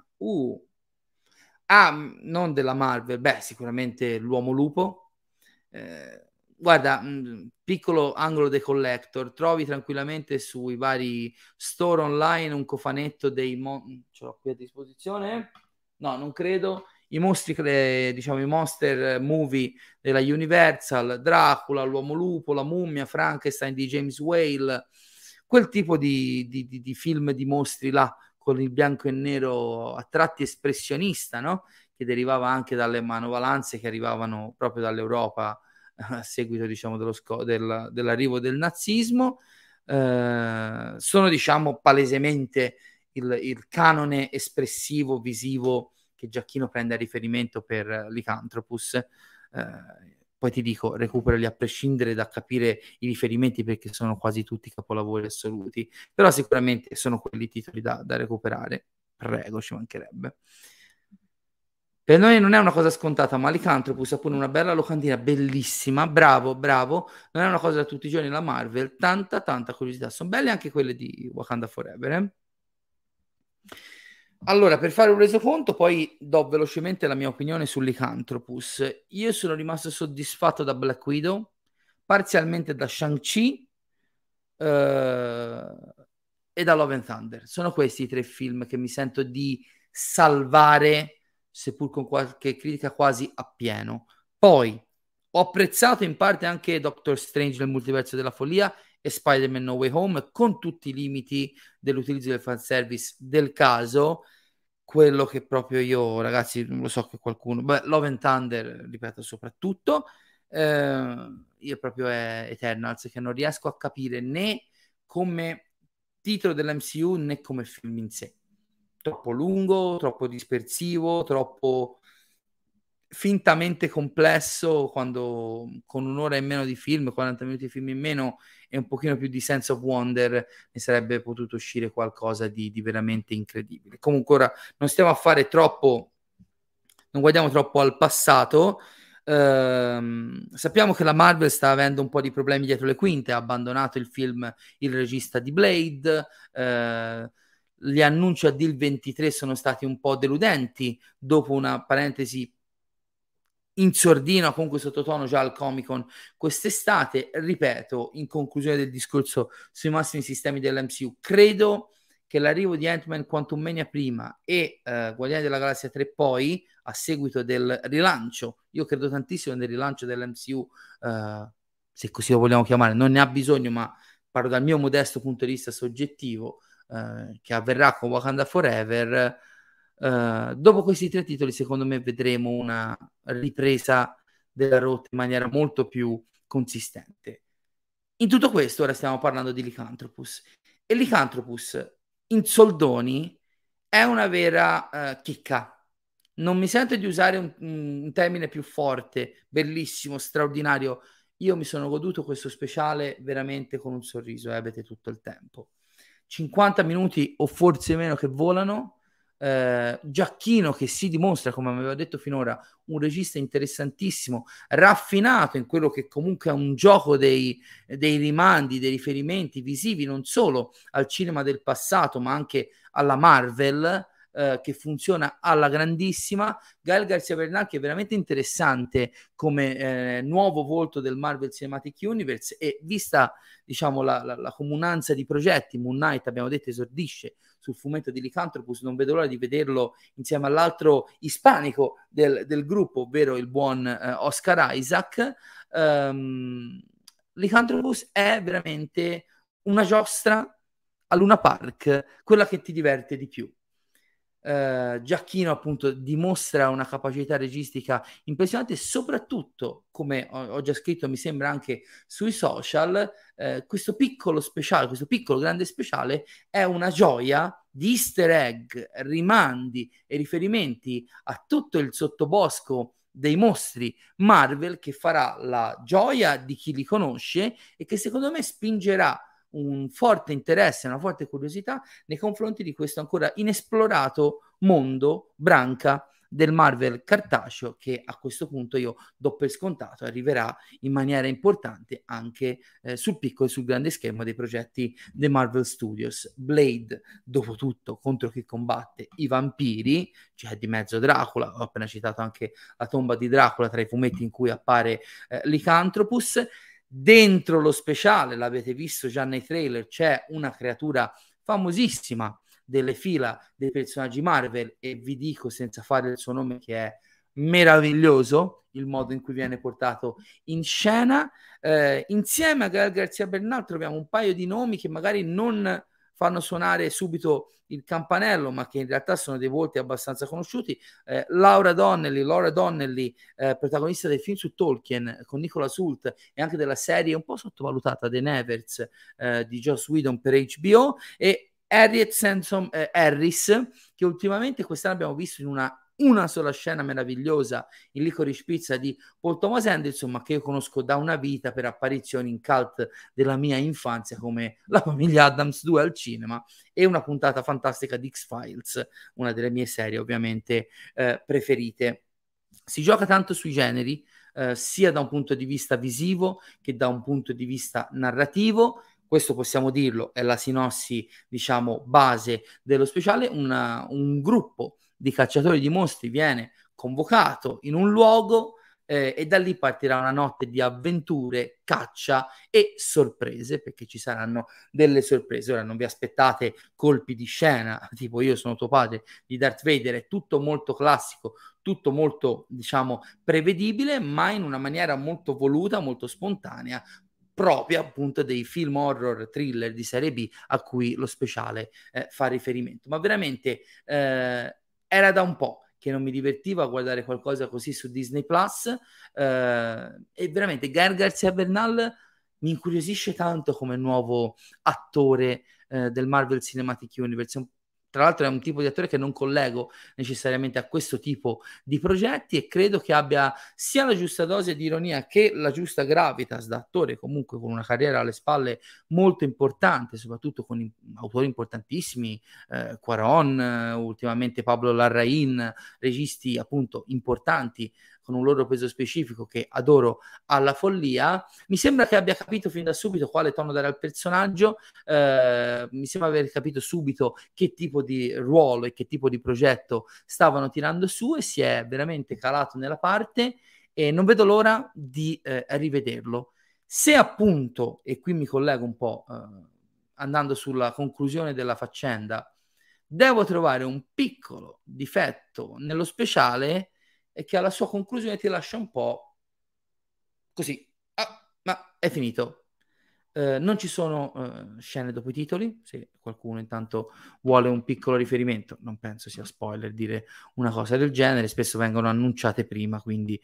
Non della Marvel, beh, sicuramente l'Uomo Lupo. Guarda, piccolo angolo dei collector, trovi tranquillamente sui vari store online un cofanetto ce l'ho qui a disposizione? No, non credo. I mostri, diciamo, i monster movie della Universal, Dracula, l'Uomo Lupo, la Mummia, Frankenstein di James Whale, quel tipo di film di mostri là, con il bianco e nero a tratti espressionista, no? Che derivava anche dalle manovalanze che arrivavano proprio dall'Europa a seguito, diciamo, dell'arrivo del nazismo. Sono, diciamo, palesemente il canone espressivo, visivo che Giacchino prende a riferimento per Lycanthropus. Poi ti dico, recuperali a prescindere da capire i riferimenti perché sono quasi tutti capolavori assoluti, però sicuramente sono quelli titoli da recuperare. Prego, ci mancherebbe. Per noi non è una cosa scontata, ma Lycanthropus ha pure una bella locandina, bellissima, bravo, non è una cosa da tutti i giorni la Marvel, tanta curiosità, sono belle anche quelle di Wakanda Forever, Allora, per fare un resoconto, poi do velocemente la mia opinione su Lycanthropus. Io sono rimasto soddisfatto da Black Widow, parzialmente da Shang-Chi e da Love and Thunder. Sono questi i tre film che mi sento di salvare, seppur con qualche critica quasi appieno. Poi ho apprezzato in parte anche Doctor Strange nel multiverso della follia e Spider-Man No Way Home, con tutti i limiti dell'utilizzo del fanservice del caso. Quello che proprio io, ragazzi, non lo so che qualcuno, beh, Love and Thunder, ripeto, soprattutto, io proprio è Eternals, che non riesco a capire né come titolo dell'MCU né come film in sé. Troppo lungo, troppo dispersivo, troppo fintamente complesso, quando con un'ora in meno di film, 40 minuti di film in meno e un pochino più di sense of wonder ne sarebbe potuto uscire qualcosa di veramente incredibile. Comunque ora non stiamo a fare troppo, non guardiamo troppo al passato. Sappiamo che la Marvel sta avendo un po' di problemi dietro le quinte, ha abbandonato il film il regista di Blade, gli annunci a Deal 23 sono stati un po' deludenti dopo una parentesi in sordina, comunque sottotono già al Comic Con quest'estate. Ripeto, in conclusione del discorso sui massimi sistemi dell'MCU, credo che l'arrivo di Ant-Man Quantumania prima e Guardiani della Galassia 3 poi, a seguito del rilancio, io credo tantissimo nel rilancio dell'MCU, se così lo vogliamo chiamare, non ne ha bisogno, ma parlo dal mio modesto punto di vista soggettivo, che avverrà con Wakanda Forever. Dopo questi tre titoli, secondo me, vedremo una ripresa della rotta in maniera molto più consistente. In tutto questo, ora stiamo parlando di Lycanthropus. E Lycanthropus, in soldoni, è una vera chicca. Non mi sento di usare un termine più forte, bellissimo, straordinario. Io mi sono goduto questo speciale veramente con un sorriso, avete tutto il tempo. 50 minuti o forse meno che volano. Giacchino che si dimostra, come avevo detto finora, un regista interessantissimo, raffinato in quello che comunque è un gioco dei rimandi, dei riferimenti visivi non solo al cinema del passato ma anche alla Marvel, che funziona alla grandissima. Gael Garcia Bernal, che è veramente interessante come nuovo volto del Marvel Cinematic Universe, e vista, diciamo, la comunanza di progetti, Moon Knight abbiamo detto esordisce sul fumetto di Lycanthropus, non vedo l'ora di vederlo insieme all'altro ispanico del gruppo, ovvero il buon Oscar Isaac. Lycanthropus è veramente una giostra a Luna Park, quella che ti diverte di più. Giacchino appunto dimostra una capacità registica impressionante, soprattutto, come ho già scritto, mi sembra anche sui social, questo piccolo speciale, questo piccolo grande speciale è una gioia di easter egg, rimandi e riferimenti a tutto il sottobosco dei mostri Marvel, che farà la gioia di chi li conosce e che secondo me spingerà un forte interesse, una forte curiosità nei confronti di questo ancora inesplorato mondo, branca del Marvel cartaceo, che a questo punto io do per scontato arriverà in maniera importante anche sul piccolo e sul grande schermo dei progetti dei Marvel Studios. Blade, dopo tutto, contro chi combatte i vampiri, cioè di mezzo Dracula, ho appena citato anche la tomba di Dracula tra i fumetti in cui appare Lycanthropus. Dentro lo speciale, l'avete visto già nei trailer, c'è una creatura famosissima delle fila dei personaggi Marvel, e vi dico senza fare il suo nome che è meraviglioso il modo in cui viene portato in scena. Insieme a Gael Garcia Bernal troviamo un paio di nomi che magari non fanno suonare subito il campanello, ma che in realtà sono dei volti abbastanza conosciuti. Laura Donnelly, protagonista del film su Tolkien con Nicholas Hoult e anche della serie un po' sottovalutata The Nevers di Joss Whedon per HBO, e Harriet Sansom Harris, che ultimamente quest'anno abbiamo visto in una sola scena meravigliosa in Licorice Pizza di Paul Thomas Anderson, ma che io conosco da una vita per apparizioni in cult della mia infanzia come La famiglia Addams 2 al cinema e una puntata fantastica di X-Files, una delle mie serie ovviamente preferite. Si gioca tanto sui generi, sia da un punto di vista visivo che da un punto di vista narrativo. questo possiamo dirlo, è la sinossi, diciamo, base dello speciale. Un gruppo di cacciatori di mostri viene convocato in un luogo e da lì partirà una notte di avventure, caccia e sorprese, perché ci saranno delle sorprese. Ora non vi aspettate colpi di scena, tipo io sono tuo padre di Darth Vader, è tutto molto classico, tutto molto, diciamo, prevedibile, ma in una maniera molto voluta, molto spontanea, propria appunto dei film horror thriller di serie B a cui lo speciale fa riferimento. Ma veramente era da un po' che non mi divertiva a guardare qualcosa così su Disney Plus, e veramente Gael Garcia Bernal mi incuriosisce tanto come nuovo attore del Marvel Cinematic Universe. Tra l'altro è un tipo di attore che non collego necessariamente a questo tipo di progetti, e credo che abbia sia la giusta dose di ironia che la giusta gravitas da attore, comunque con una carriera alle spalle molto importante, soprattutto con autori importantissimi, Cuarón, ultimamente Pablo Larraín, registi appunto importanti con un loro peso specifico che adoro alla follia. Mi sembra che abbia capito fin da subito quale tono dare al personaggio, mi sembra aver capito subito che tipo di ruolo e che tipo di progetto stavano tirando su, e si è veramente calato nella parte, e non vedo l'ora di rivederlo. Se appunto, e qui mi collego un po' andando sulla conclusione della faccenda, devo trovare un piccolo difetto nello speciale, e che alla sua conclusione ti lascia un po' così. Ah, ma è finito. Non ci sono scene dopo i titoli, se qualcuno intanto vuole un piccolo riferimento, non penso sia spoiler dire una cosa del genere, spesso vengono annunciate prima, quindi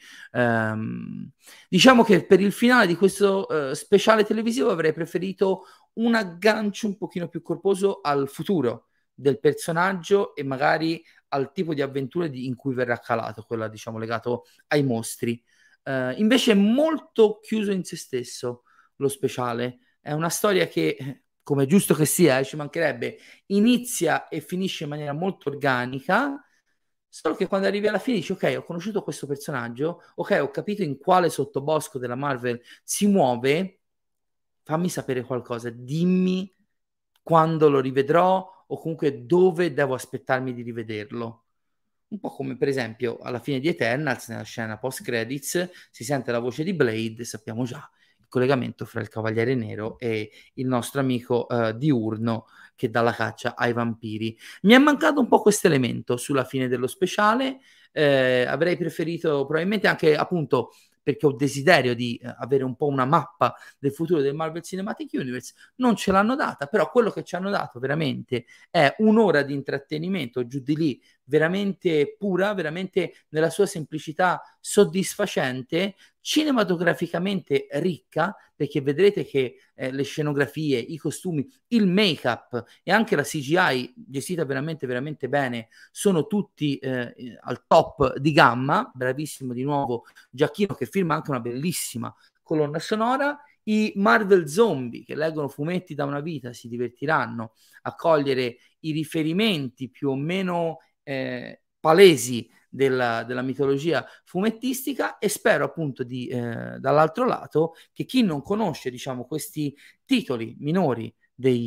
diciamo che per il finale di questo speciale televisivo avrei preferito un aggancio un pochino più corposo al futuro del personaggio e magari al tipo di avventure in cui verrà calato, quella diciamo legato ai mostri. Invece è molto chiuso in se stesso lo speciale. È una storia che, come è giusto che sia, ci mancherebbe, inizia e finisce in maniera molto organica, solo che quando arrivi alla fine dici, ok, ho conosciuto questo personaggio, ok, ho capito in quale sottobosco della Marvel si muove, fammi sapere qualcosa, dimmi quando lo rivedrò o comunque dove devo aspettarmi di rivederlo. Un po' come per esempio alla fine di Eternals, nella scena post-credits, si sente la voce di Blade, sappiamo già il collegamento fra il Cavaliere Nero e il nostro amico Diurno che dà la caccia ai vampiri. Mi è mancato un po' questo elemento sulla fine dello speciale, avrei preferito probabilmente anche appunto perché ho desiderio di avere un po' una mappa del futuro del Marvel Cinematic Universe, non ce l'hanno data, però quello che ci hanno dato veramente è un'ora di intrattenimento giù di lì, veramente pura, veramente nella sua semplicità soddisfacente, cinematograficamente ricca, perché vedrete che le scenografie, i costumi, il make-up e anche la CGI gestita veramente veramente bene sono tutti al top di gamma. Bravissimo di nuovo Giacchino, che firma anche una bellissima colonna sonora. I Marvel Zombie che leggono fumetti da una vita si divertiranno a cogliere i riferimenti più o meno palesi della mitologia fumettistica, e spero appunto di dall'altro lato che chi non conosce diciamo questi titoli minori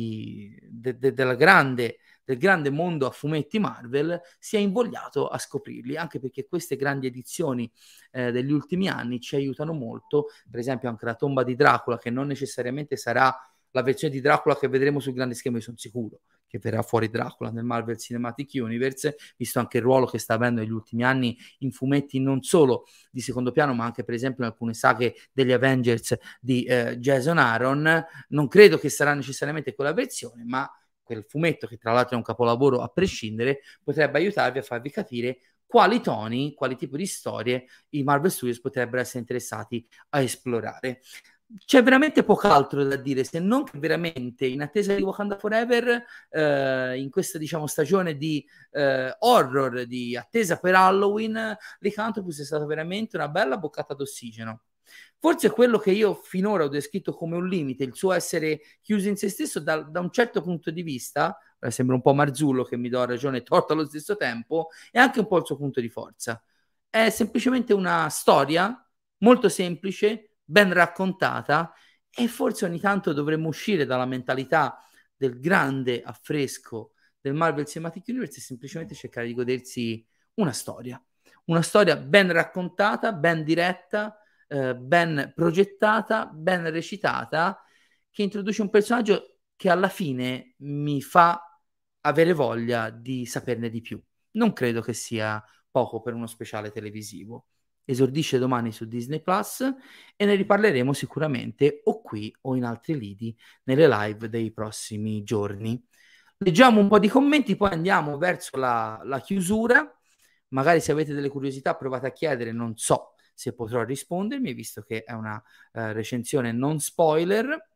del grande mondo a fumetti Marvel sia invogliato a scoprirli, anche perché queste grandi edizioni degli ultimi anni ci aiutano molto. Per esempio anche la tomba di Dracula, che non necessariamente sarà la versione di Dracula che vedremo sul grande schermo, io sono sicuro che verrà fuori Dracula nel Marvel Cinematic Universe, visto anche il ruolo che sta avendo negli ultimi anni in fumetti non solo di secondo piano, ma anche per esempio in alcune saghe degli Avengers di Jason Aaron. Non credo che sarà necessariamente quella versione, ma quel fumetto, che tra l'altro è un capolavoro a prescindere, potrebbe aiutarvi a farvi capire quali toni, quali tipi di storie i Marvel Studios potrebbero essere interessati a esplorare. C'è veramente poco altro da dire, se non che veramente in attesa di Wakanda Forever, in questa diciamo stagione di horror, di attesa per Halloween, Lycanthropus è stata veramente una bella boccata d'ossigeno. Forse quello che io finora ho descritto come un limite, il suo essere chiuso in se stesso, da un certo punto di vista, sembra un po' Marzullo che mi do ragione e torto allo stesso tempo, è anche un po' il suo punto di forza. È semplicemente una storia molto semplice, ben raccontata, e forse ogni tanto dovremmo uscire dalla mentalità del grande affresco del Marvel Cinematic Universe e semplicemente cercare di godersi una storia ben raccontata, ben diretta, ben progettata, ben recitata, che introduce un personaggio che alla fine mi fa avere voglia di saperne di più. Non credo che sia poco per uno speciale televisivo. Esordisce domani su Disney Plus e ne riparleremo sicuramente o qui o in altri lidi nelle live dei prossimi giorni. Leggiamo un po' di commenti, poi andiamo verso la chiusura. Magari se avete delle curiosità provate a chiedere, non so se potrò rispondermi, visto che è una recensione non spoiler.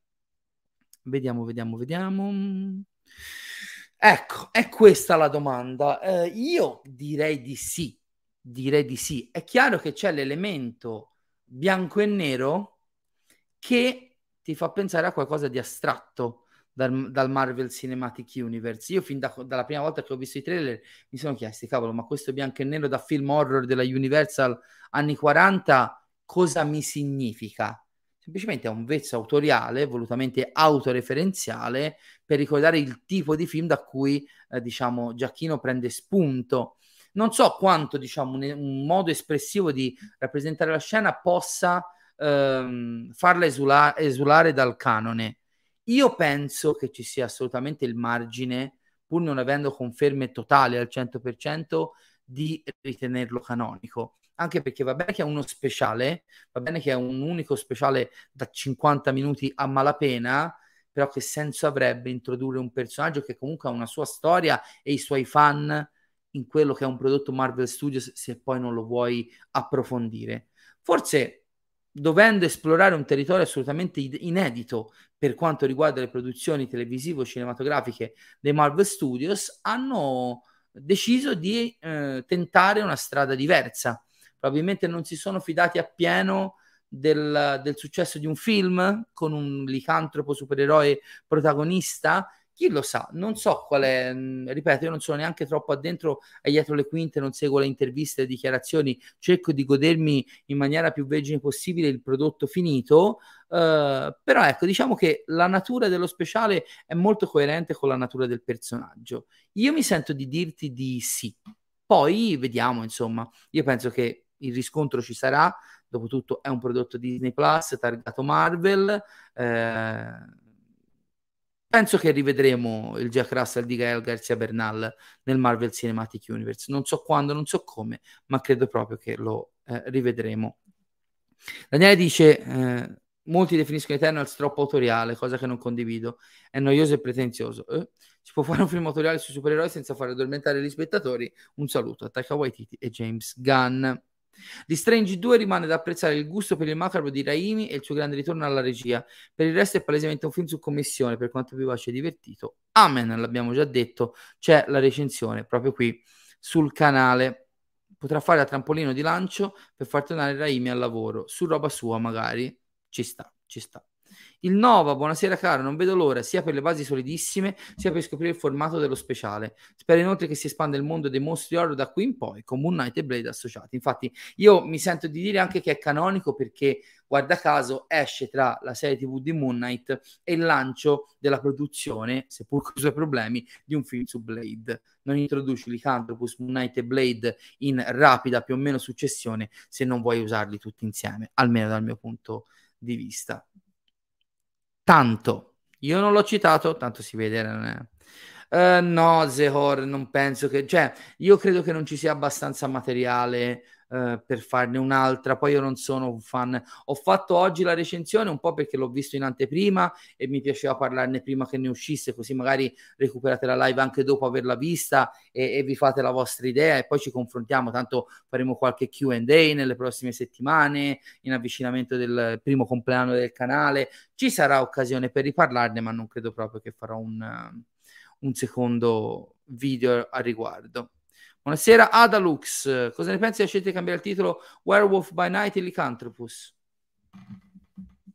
Vediamo. Ecco, è questa la domanda. Io direi di sì. Direi di sì. È chiaro che c'è l'elemento bianco e nero che ti fa pensare a qualcosa di astratto dal Marvel Cinematic Universe. Io fin dalla prima volta che ho visto i trailer mi sono chiesti, cavolo, ma questo bianco e nero da film horror della Universal anni 40 cosa mi significa? Semplicemente è un vezzo autoriale, volutamente autoreferenziale, per ricordare il tipo di film da cui, diciamo, Giacchino prende spunto. Non so quanto, diciamo, un modo espressivo di rappresentare la scena possa farla esulare dal canone. Io penso che ci sia assolutamente il margine, pur non avendo conferme totali al 100%, di ritenerlo canonico. Anche perché va bene che è uno speciale, va bene che è un unico speciale da 50 minuti a malapena, però che senso avrebbe introdurre un personaggio che comunque ha una sua storia e i suoi fan in quello che è un prodotto Marvel Studios se poi non lo vuoi approfondire? Forse dovendo esplorare un territorio assolutamente inedito per quanto riguarda le produzioni televisivo-cinematografiche dei Marvel Studios, hanno deciso di tentare una strada diversa. Probabilmente non si sono fidati appieno del successo di un film con un licantropo supereroe protagonista. Chi lo sa, non so qual è, ripeto, io non sono neanche troppo addentro dietro le quinte, non seguo le interviste, le dichiarazioni, cerco di godermi in maniera più vergine possibile il prodotto finito, però ecco, diciamo che la natura dello speciale è molto coerente con la natura del personaggio. Io mi sento di dirti di sì, poi vediamo, insomma, io penso che il riscontro ci sarà, dopotutto è un prodotto Disney Plus, targato Marvel, penso che rivedremo il Jack Russell di Gael Garcia Bernal nel Marvel Cinematic Universe. Non so quando, non so come, ma credo proprio che lo rivedremo. Daniele dice: molti definiscono Eternals troppo autoriale, cosa che non condivido. È noioso e pretenzioso. Si può fare un film autoriale sui supereroi senza far addormentare gli spettatori? Un saluto a Taika Waititi e James Gunn. Di Strange 2 rimane da apprezzare il gusto per il macabro di Raimi e il suo grande ritorno alla regia. Per il resto è palesemente un film su commissione, per quanto vivace e divertito. Amen, l'abbiamo già detto. C'è la recensione proprio qui sul canale. Potrà fare da trampolino di lancio per far tornare Raimi al lavoro. Su roba sua magari. Ci sta, ci sta. Il Nova, buonasera caro, non vedo l'ora sia per le basi solidissime sia per scoprire il formato dello speciale. Spero inoltre che si espanda il mondo dei mostri horror da qui in poi con Moon Knight e Blade associati. Infatti io mi sento di dire anche che è canonico perché guarda caso esce tra la serie TV di Moon Knight e il lancio della produzione, seppur con i suoi problemi, di un film su Blade. Non introduci Lycanthropus, Moon Knight e Blade in rapida più o meno successione se non vuoi usarli tutti insieme, almeno dal mio punto di vista. Tanto, io non l'ho citato, tanto si vede. Non è... no, Zehor, non penso che... Cioè, io credo che non ci sia abbastanza materiale per farne un'altra. Poi io non sono un fan. Ho fatto oggi la recensione un po' perché l'ho visto in anteprima e mi piaceva parlarne prima che ne uscisse, così magari recuperate la live anche dopo averla vista e vi fate la vostra idea e poi ci confrontiamo. Tanto faremo qualche Q&A nelle prossime settimane in avvicinamento del primo compleanno del canale. Ci sarà occasione per riparlarne, ma non credo proprio che farò un secondo video a riguardo. Buonasera Adalux, cosa ne pensi della scelta di cambiare il titolo Werewolf by Night e Lycanthropus?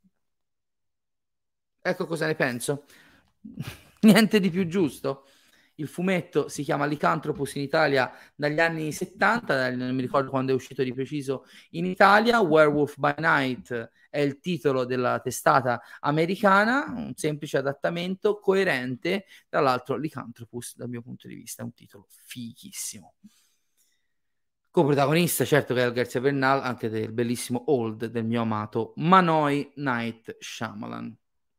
Ecco cosa ne penso. Niente di più giusto. Il fumetto si chiama Lycanthropus in Italia dagli anni 70, non mi ricordo quando è uscito di preciso in Italia. Werewolf by Night è il titolo della testata americana, un semplice adattamento coerente. Tra l'altro Lycanthropus dal mio punto di vista è un titolo fighissimo. Coprotagonista certo che è Garcia Bernal, anche del bellissimo Old del mio amato Manoj Night Shyamalan.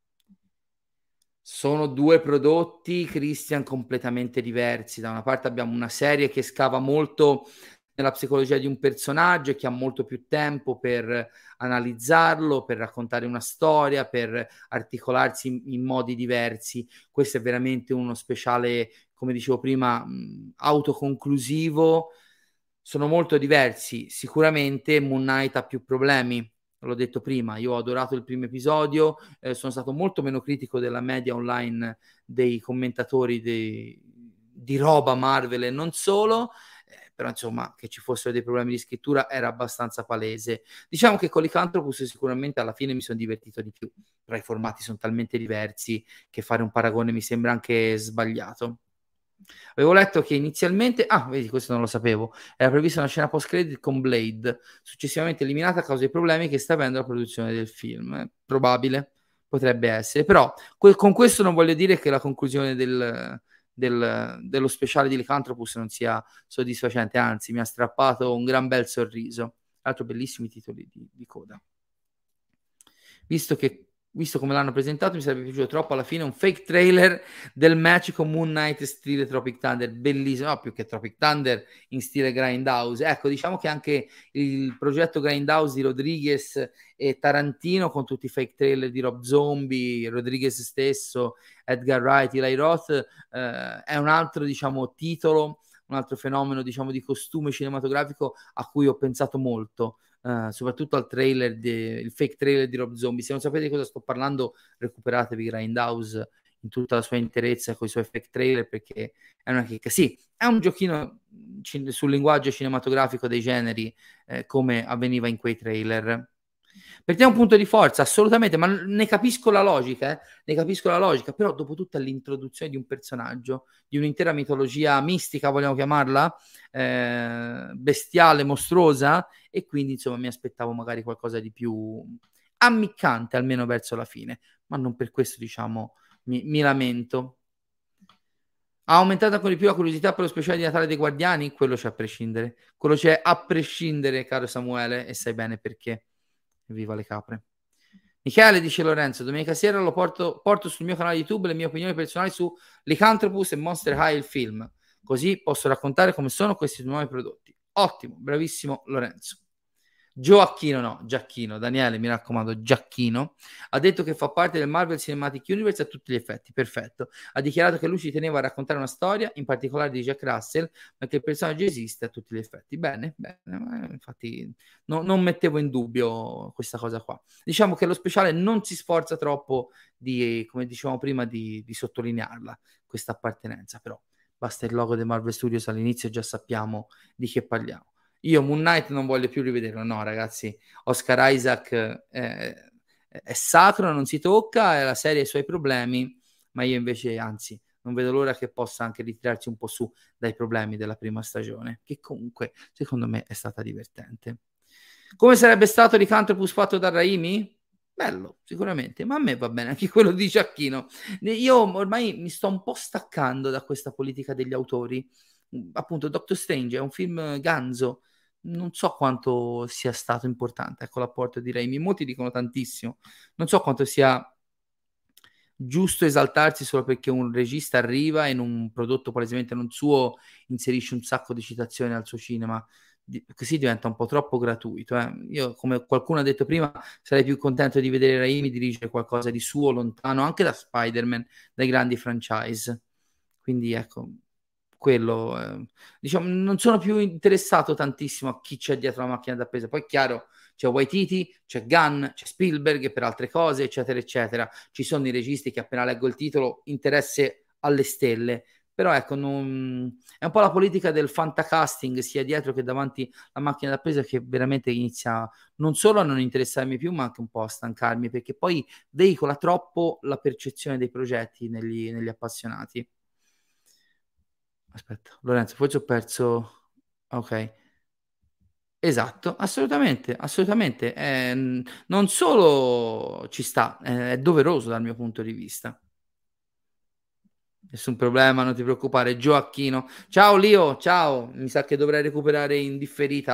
Sono due prodotti, Christian, completamente diversi. Da una parte abbiamo una serie che scava molto nella psicologia di un personaggio e che ha molto più tempo per analizzarlo, per raccontare una storia, per articolarsi in modi diversi. Questo è veramente uno speciale, come dicevo prima, autoconclusivo. Sono molto diversi. Sicuramente Moon Knight ha più problemi. L'ho detto prima, io ho adorato il primo episodio, sono stato molto meno critico della media online dei commentatori di roba Marvel e non solo, però insomma che ci fossero dei problemi di scrittura era abbastanza palese. Diciamo che con Lycanthropus sicuramente alla fine mi sono divertito di più, però i formati sono talmente diversi che fare un paragone mi sembra anche sbagliato. Avevo letto che inizialmente, vedi, questo non lo sapevo, era prevista una scena post-credit con Blade, successivamente eliminata a causa dei problemi che sta avendo la produzione del film. Probabile, potrebbe essere, però con questo non voglio dire che la conclusione dello speciale di Lycanthropus non sia soddisfacente, anzi mi ha strappato un gran bel sorriso. Altro bellissimi titoli di coda. Visto come l'hanno presentato, mi sarebbe piaciuto troppo alla fine un fake trailer del match con Moon Knight stile Tropic Thunder, bellissimo, no, più che Tropic Thunder in stile Grindhouse. Ecco, diciamo che anche il progetto Grindhouse di Rodriguez e Tarantino, con tutti i fake trailer di Rob Zombie, Rodriguez stesso, Edgar Wright, Eli Roth, è un altro, diciamo, titolo, un altro fenomeno, diciamo, di costume cinematografico a cui ho pensato molto. Soprattutto al trailer, il fake trailer di Rob Zombie. Se non sapete di cosa sto parlando, recuperatevi Grindhouse in tutta la sua interezza con i suoi fake trailer, perché è una chicca. Sì, è un giochino sul linguaggio cinematografico dei generi, come avveniva in quei trailer. Per te è un punto di forza, assolutamente, ma ne capisco la logica, ne capisco la logica, però dopo tutta l'introduzione di un personaggio, di un'intera mitologia mistica, vogliamo chiamarla, bestiale, mostruosa, e quindi insomma mi aspettavo magari qualcosa di più ammiccante, almeno verso la fine, ma non per questo, diciamo, mi lamento. Ha aumentato ancora di più la curiosità per lo speciale di Natale dei Guardiani? Quello c'è a prescindere. Quello c'è a prescindere, caro Samuele, e sai bene perché. Viva le capre. Michele, dice Lorenzo, domenica sera porto sul mio canale YouTube le mie opinioni personali su Lycanthropus e Monster High, il film. Così posso raccontare come sono questi nuovi prodotti. Ottimo, bravissimo Lorenzo. Giacchino, Daniele, mi raccomando, Giacchino, ha detto che fa parte del Marvel Cinematic Universe a tutti gli effetti, perfetto. Ha dichiarato che lui ci teneva a raccontare una storia, in particolare di Jack Russell, ma che il personaggio esiste a tutti gli effetti. Bene, infatti non mettevo in dubbio questa cosa qua. Diciamo che lo speciale non si sforza troppo di, come dicevamo prima, di sottolinearla, questa appartenenza, però basta il logo dei Marvel Studios all'inizio e già sappiamo di che parliamo. Io Moon Knight non voglio più rivederlo, no ragazzi, Oscar Isaac è sacro, non si tocca, la serie ha i suoi problemi, ma io invece anzi non vedo l'ora che possa anche ritirarsi un po' su dai problemi della prima stagione, che comunque secondo me è stata divertente. Come sarebbe stato Lycanthropus fatto da Raimi? Bello, sicuramente, ma a me va bene anche quello di Giacchino. Io ormai mi sto un po' staccando da questa politica degli autori. Appunto, Doctor Strange è un film ganzo, non so quanto sia stato importante, ecco, l'apporto di Raimi. Molti dicono tantissimo, non so quanto sia giusto esaltarsi solo perché un regista arriva e in un prodotto palesemente non suo inserisce un sacco di citazioni al suo cinema. Così diventa un po' troppo gratuito. Io, come qualcuno ha detto prima, sarei più contento di vedere Raimi dirigere qualcosa di suo, lontano anche da Spider-Man, dai grandi franchise. Quindi ecco, quello, diciamo, non sono più interessato tantissimo a chi c'è dietro la macchina da presa. Poi è chiaro, c'è Waititi, c'è Gunn, c'è Spielberg per altre cose, eccetera, eccetera. Ci sono i registi che appena leggo il titolo, interesse alle stelle. Però ecco, è un po' la politica del fantacasting sia dietro che davanti alla macchina da presa che veramente inizia non solo a non interessarmi più, ma anche un po' a stancarmi, perché poi veicola troppo la percezione dei progetti negli appassionati. Aspetta, Lorenzo, forse ho perso... Ok. Esatto, assolutamente, assolutamente. Non solo ci sta, è doveroso dal mio punto di vista. Nessun problema, non ti preoccupare. Gioacchino. Ciao Lio, ciao. Mi sa che dovrei recuperare in differita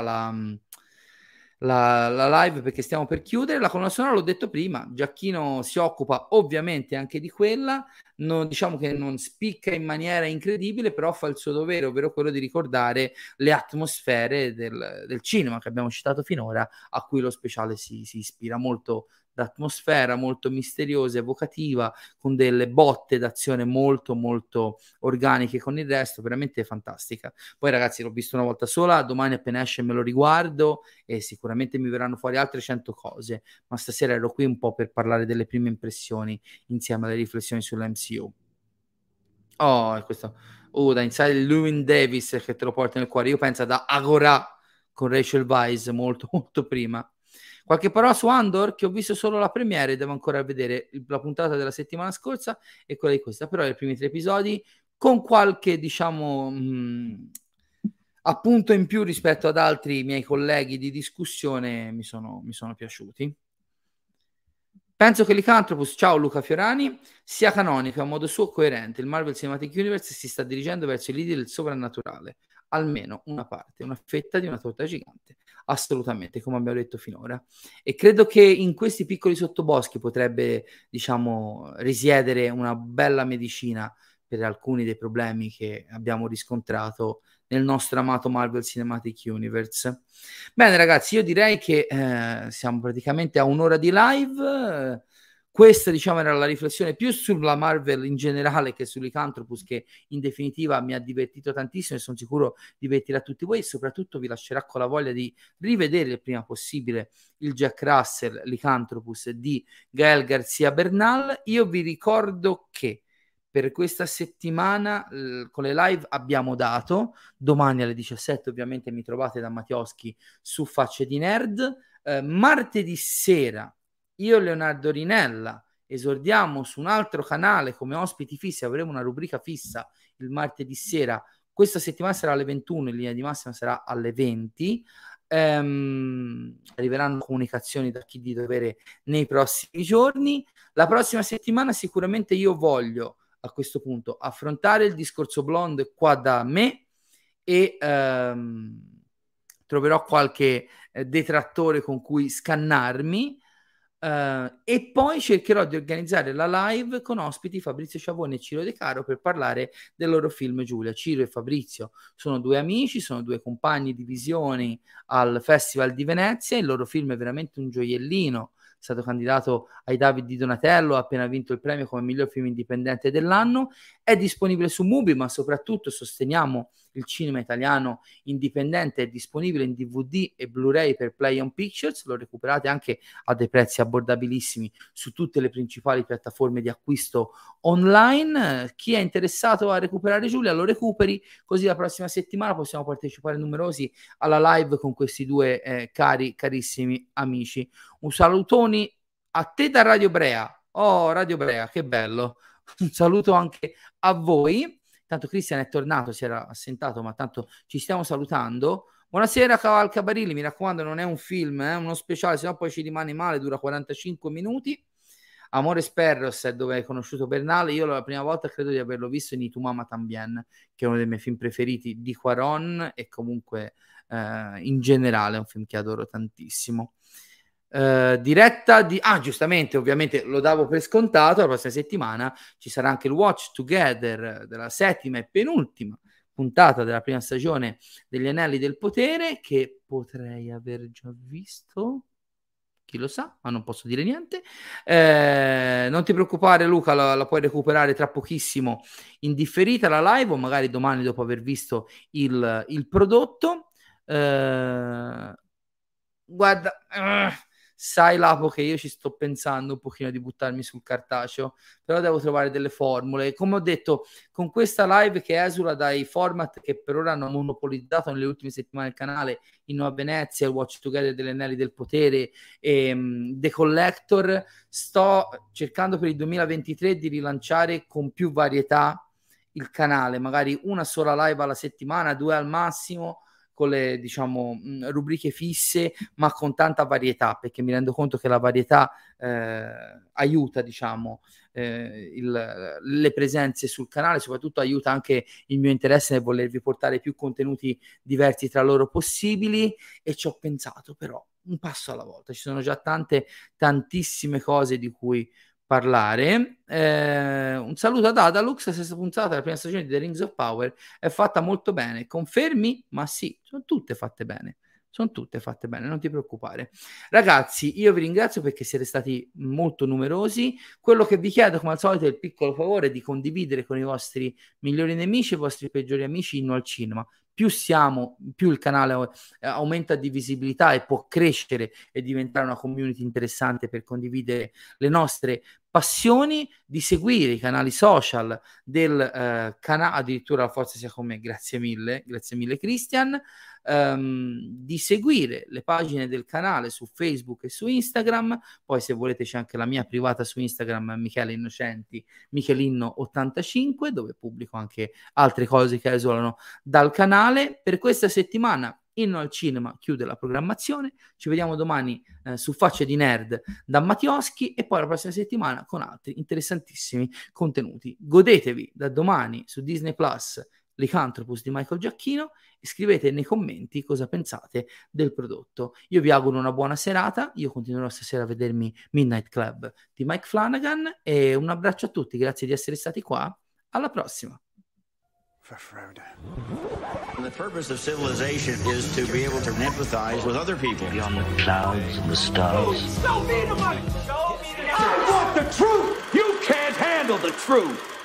la live perché stiamo per chiudere. La colonna sonora l'ho detto prima, Giacchino si occupa ovviamente anche di quella. Diciamo che non spicca in maniera incredibile, però fa il suo dovere, ovvero quello di ricordare le atmosfere del cinema che abbiamo citato finora, a cui lo speciale si ispira molto d'atmosfera, molto misteriosa, evocativa, con delle botte d'azione molto molto organiche con il resto, veramente fantastica. Poi ragazzi l'ho visto una volta sola, domani appena esce me lo riguardo e sicuramente mi verranno fuori altre 100 cose, ma stasera ero qui un po' per parlare delle prime impressioni insieme alle riflessioni sull'MCU. Oh, è questo. Da Inside Llewyn Davis che te lo porta nel cuore. Io penso da Agorà con Rachel Weisz molto molto prima. Qualche parola su Andor che ho visto solo la premiere, devo ancora vedere la puntata della settimana scorsa e quella di questa, però i primi 3 episodi con qualche, diciamo, appunto in più rispetto ad altri miei colleghi di discussione mi sono piaciuti. Penso che Lycanthropus, ciao Luca Fiorani, sia canonico a modo suo coerente. Il Marvel Cinematic Universe si sta dirigendo verso i lidi del sovrannaturale, almeno una parte, una fetta di una torta gigante. Assolutamente, come abbiamo detto finora. E credo che in questi piccoli sottoboschi potrebbe, diciamo, risiedere una bella medicina per alcuni dei problemi che abbiamo riscontrato nel nostro amato Marvel Cinematic Universe. Bene ragazzi, io direi che siamo praticamente a un'ora di live. Questa diciamo era la riflessione più sulla Marvel in generale che su Lycanthropus, che in definitiva mi ha divertito tantissimo e sono sicuro divertirà tutti voi e soprattutto vi lascerà con la voglia di rivedere il prima possibile il Jack Russell Lycanthropus di Gael Garcia Bernal. Io vi ricordo che per questa settimana con le live abbiamo dato, domani alle 17 ovviamente mi trovate da Mattioschi su Facce di Nerd, martedì sera io e Leonardo Rinella esordiamo su un altro canale come ospiti fissi, avremo una rubrica fissa il martedì sera, questa settimana sarà alle 21, in linea di massima sarà alle 20, arriveranno comunicazioni da chi di dovere nei prossimi giorni. La prossima settimana sicuramente io voglio a questo punto affrontare il discorso blonde qua da me e troverò qualche detrattore con cui scannarmi e poi cercherò di organizzare la live con ospiti Fabrizio Sciavone e Ciro De Caro per parlare del loro film Giulia. Ciro e Fabrizio sono 2 amici, sono 2 compagni di visioni al Festival di Venezia, il loro film è veramente un gioiellino, è stato candidato ai David di Donatello, ha appena vinto il premio come miglior film indipendente dell'anno, è disponibile su Mubi, ma soprattutto sosteniamo il cinema italiano indipendente, è disponibile in DVD e Blu-ray per Play on Pictures, lo recuperate anche a dei prezzi abbordabilissimi su tutte le principali piattaforme di acquisto online. Chi è interessato a recuperare Giulia lo recuperi, così la prossima settimana possiamo partecipare numerosi alla live con questi 2 carissimi amici. Un salutoni a te da Radio Brea. Oh, Radio Brea, che bello. Un saluto anche a voi. Tanto Cristian è tornato, si era assentato, ma tanto ci stiamo salutando. Buonasera Cavalcabarilli, mi raccomando non è un film, è uno speciale, sennò poi ci rimane male, dura 45 minuti. Amores Perros è dove hai conosciuto Bernal, io la prima volta credo di averlo visto in I Tu Mama Tambien, che è uno dei miei film preferiti di Cuarón e comunque in generale è un film che adoro tantissimo. Diretta di... Ah, giustamente, ovviamente lo davo per scontato, la prossima settimana ci sarà anche il Watch Together della 7ª e penultima puntata della prima stagione degli Anelli del Potere, che potrei aver già visto, chi lo sa, ma non posso dire niente. Non ti preoccupare Luca, la puoi recuperare tra pochissimo in differita la live o magari domani dopo aver visto il prodotto. Guarda, sai Lapo che io ci sto pensando un pochino di buttarmi sul cartaceo, però devo trovare delle formule. Come ho detto, con questa live che esula dai format che per ora hanno monopolizzato nelle ultime settimane il canale, in Nuova Venezia, il Watch Together delle Anelli del Potere e The Collector, sto cercando per il 2023 di rilanciare con più varietà il canale, magari una sola live alla settimana, 2 al massimo, con le, diciamo, rubriche fisse, ma con tanta varietà, perché mi rendo conto che la varietà aiuta, diciamo, le presenze sul canale, soprattutto aiuta anche il mio interesse nel volervi portare più contenuti diversi tra loro possibili, e ci ho pensato, però un passo alla volta. Ci sono già tantissime cose di cui parlare. Un saluto ad Adalux. La stessa puntata della prima stagione di The Rings of Power è fatta molto bene. Confermi? Ma sì, sono tutte fatte bene, non ti preoccupare. Ragazzi, io vi ringrazio perché siete stati molto numerosi. Quello che vi chiedo, come al solito, è il piccolo favore di condividere con i vostri migliori nemici e i vostri peggiori amici Inno al Cinema. Più il canale aumenta di visibilità e può crescere e diventare una community interessante per condividere le nostre passioni, di seguire i canali social del canale, addirittura la forza sia con me, grazie mille Christian, di seguire le pagine del canale su Facebook e su Instagram. Poi se volete c'è anche la mia privata su Instagram, Michele Innocenti, Michelino85, dove pubblico anche altre cose che esulano dal canale. Per questa settimana Inno al Cinema chiude la programmazione, ci vediamo domani su Facce di Nerd da Mattioschi, e poi la prossima settimana con altri interessantissimi contenuti. Godetevi da domani su Disney Plus Lycanthropus di Michael Giacchino e scrivete nei commenti cosa pensate del prodotto. Io vi auguro una buona serata, io continuerò stasera a vedermi Midnight Club di Mike Flanagan, e un abbraccio a tutti, grazie di essere stati qua, alla prossima. For Frodo. The purpose of civilization is to be able to empathize with other people. Beyond the clouds and the stars. Show me the money! Show me the money! I want the truth! You can't handle the truth!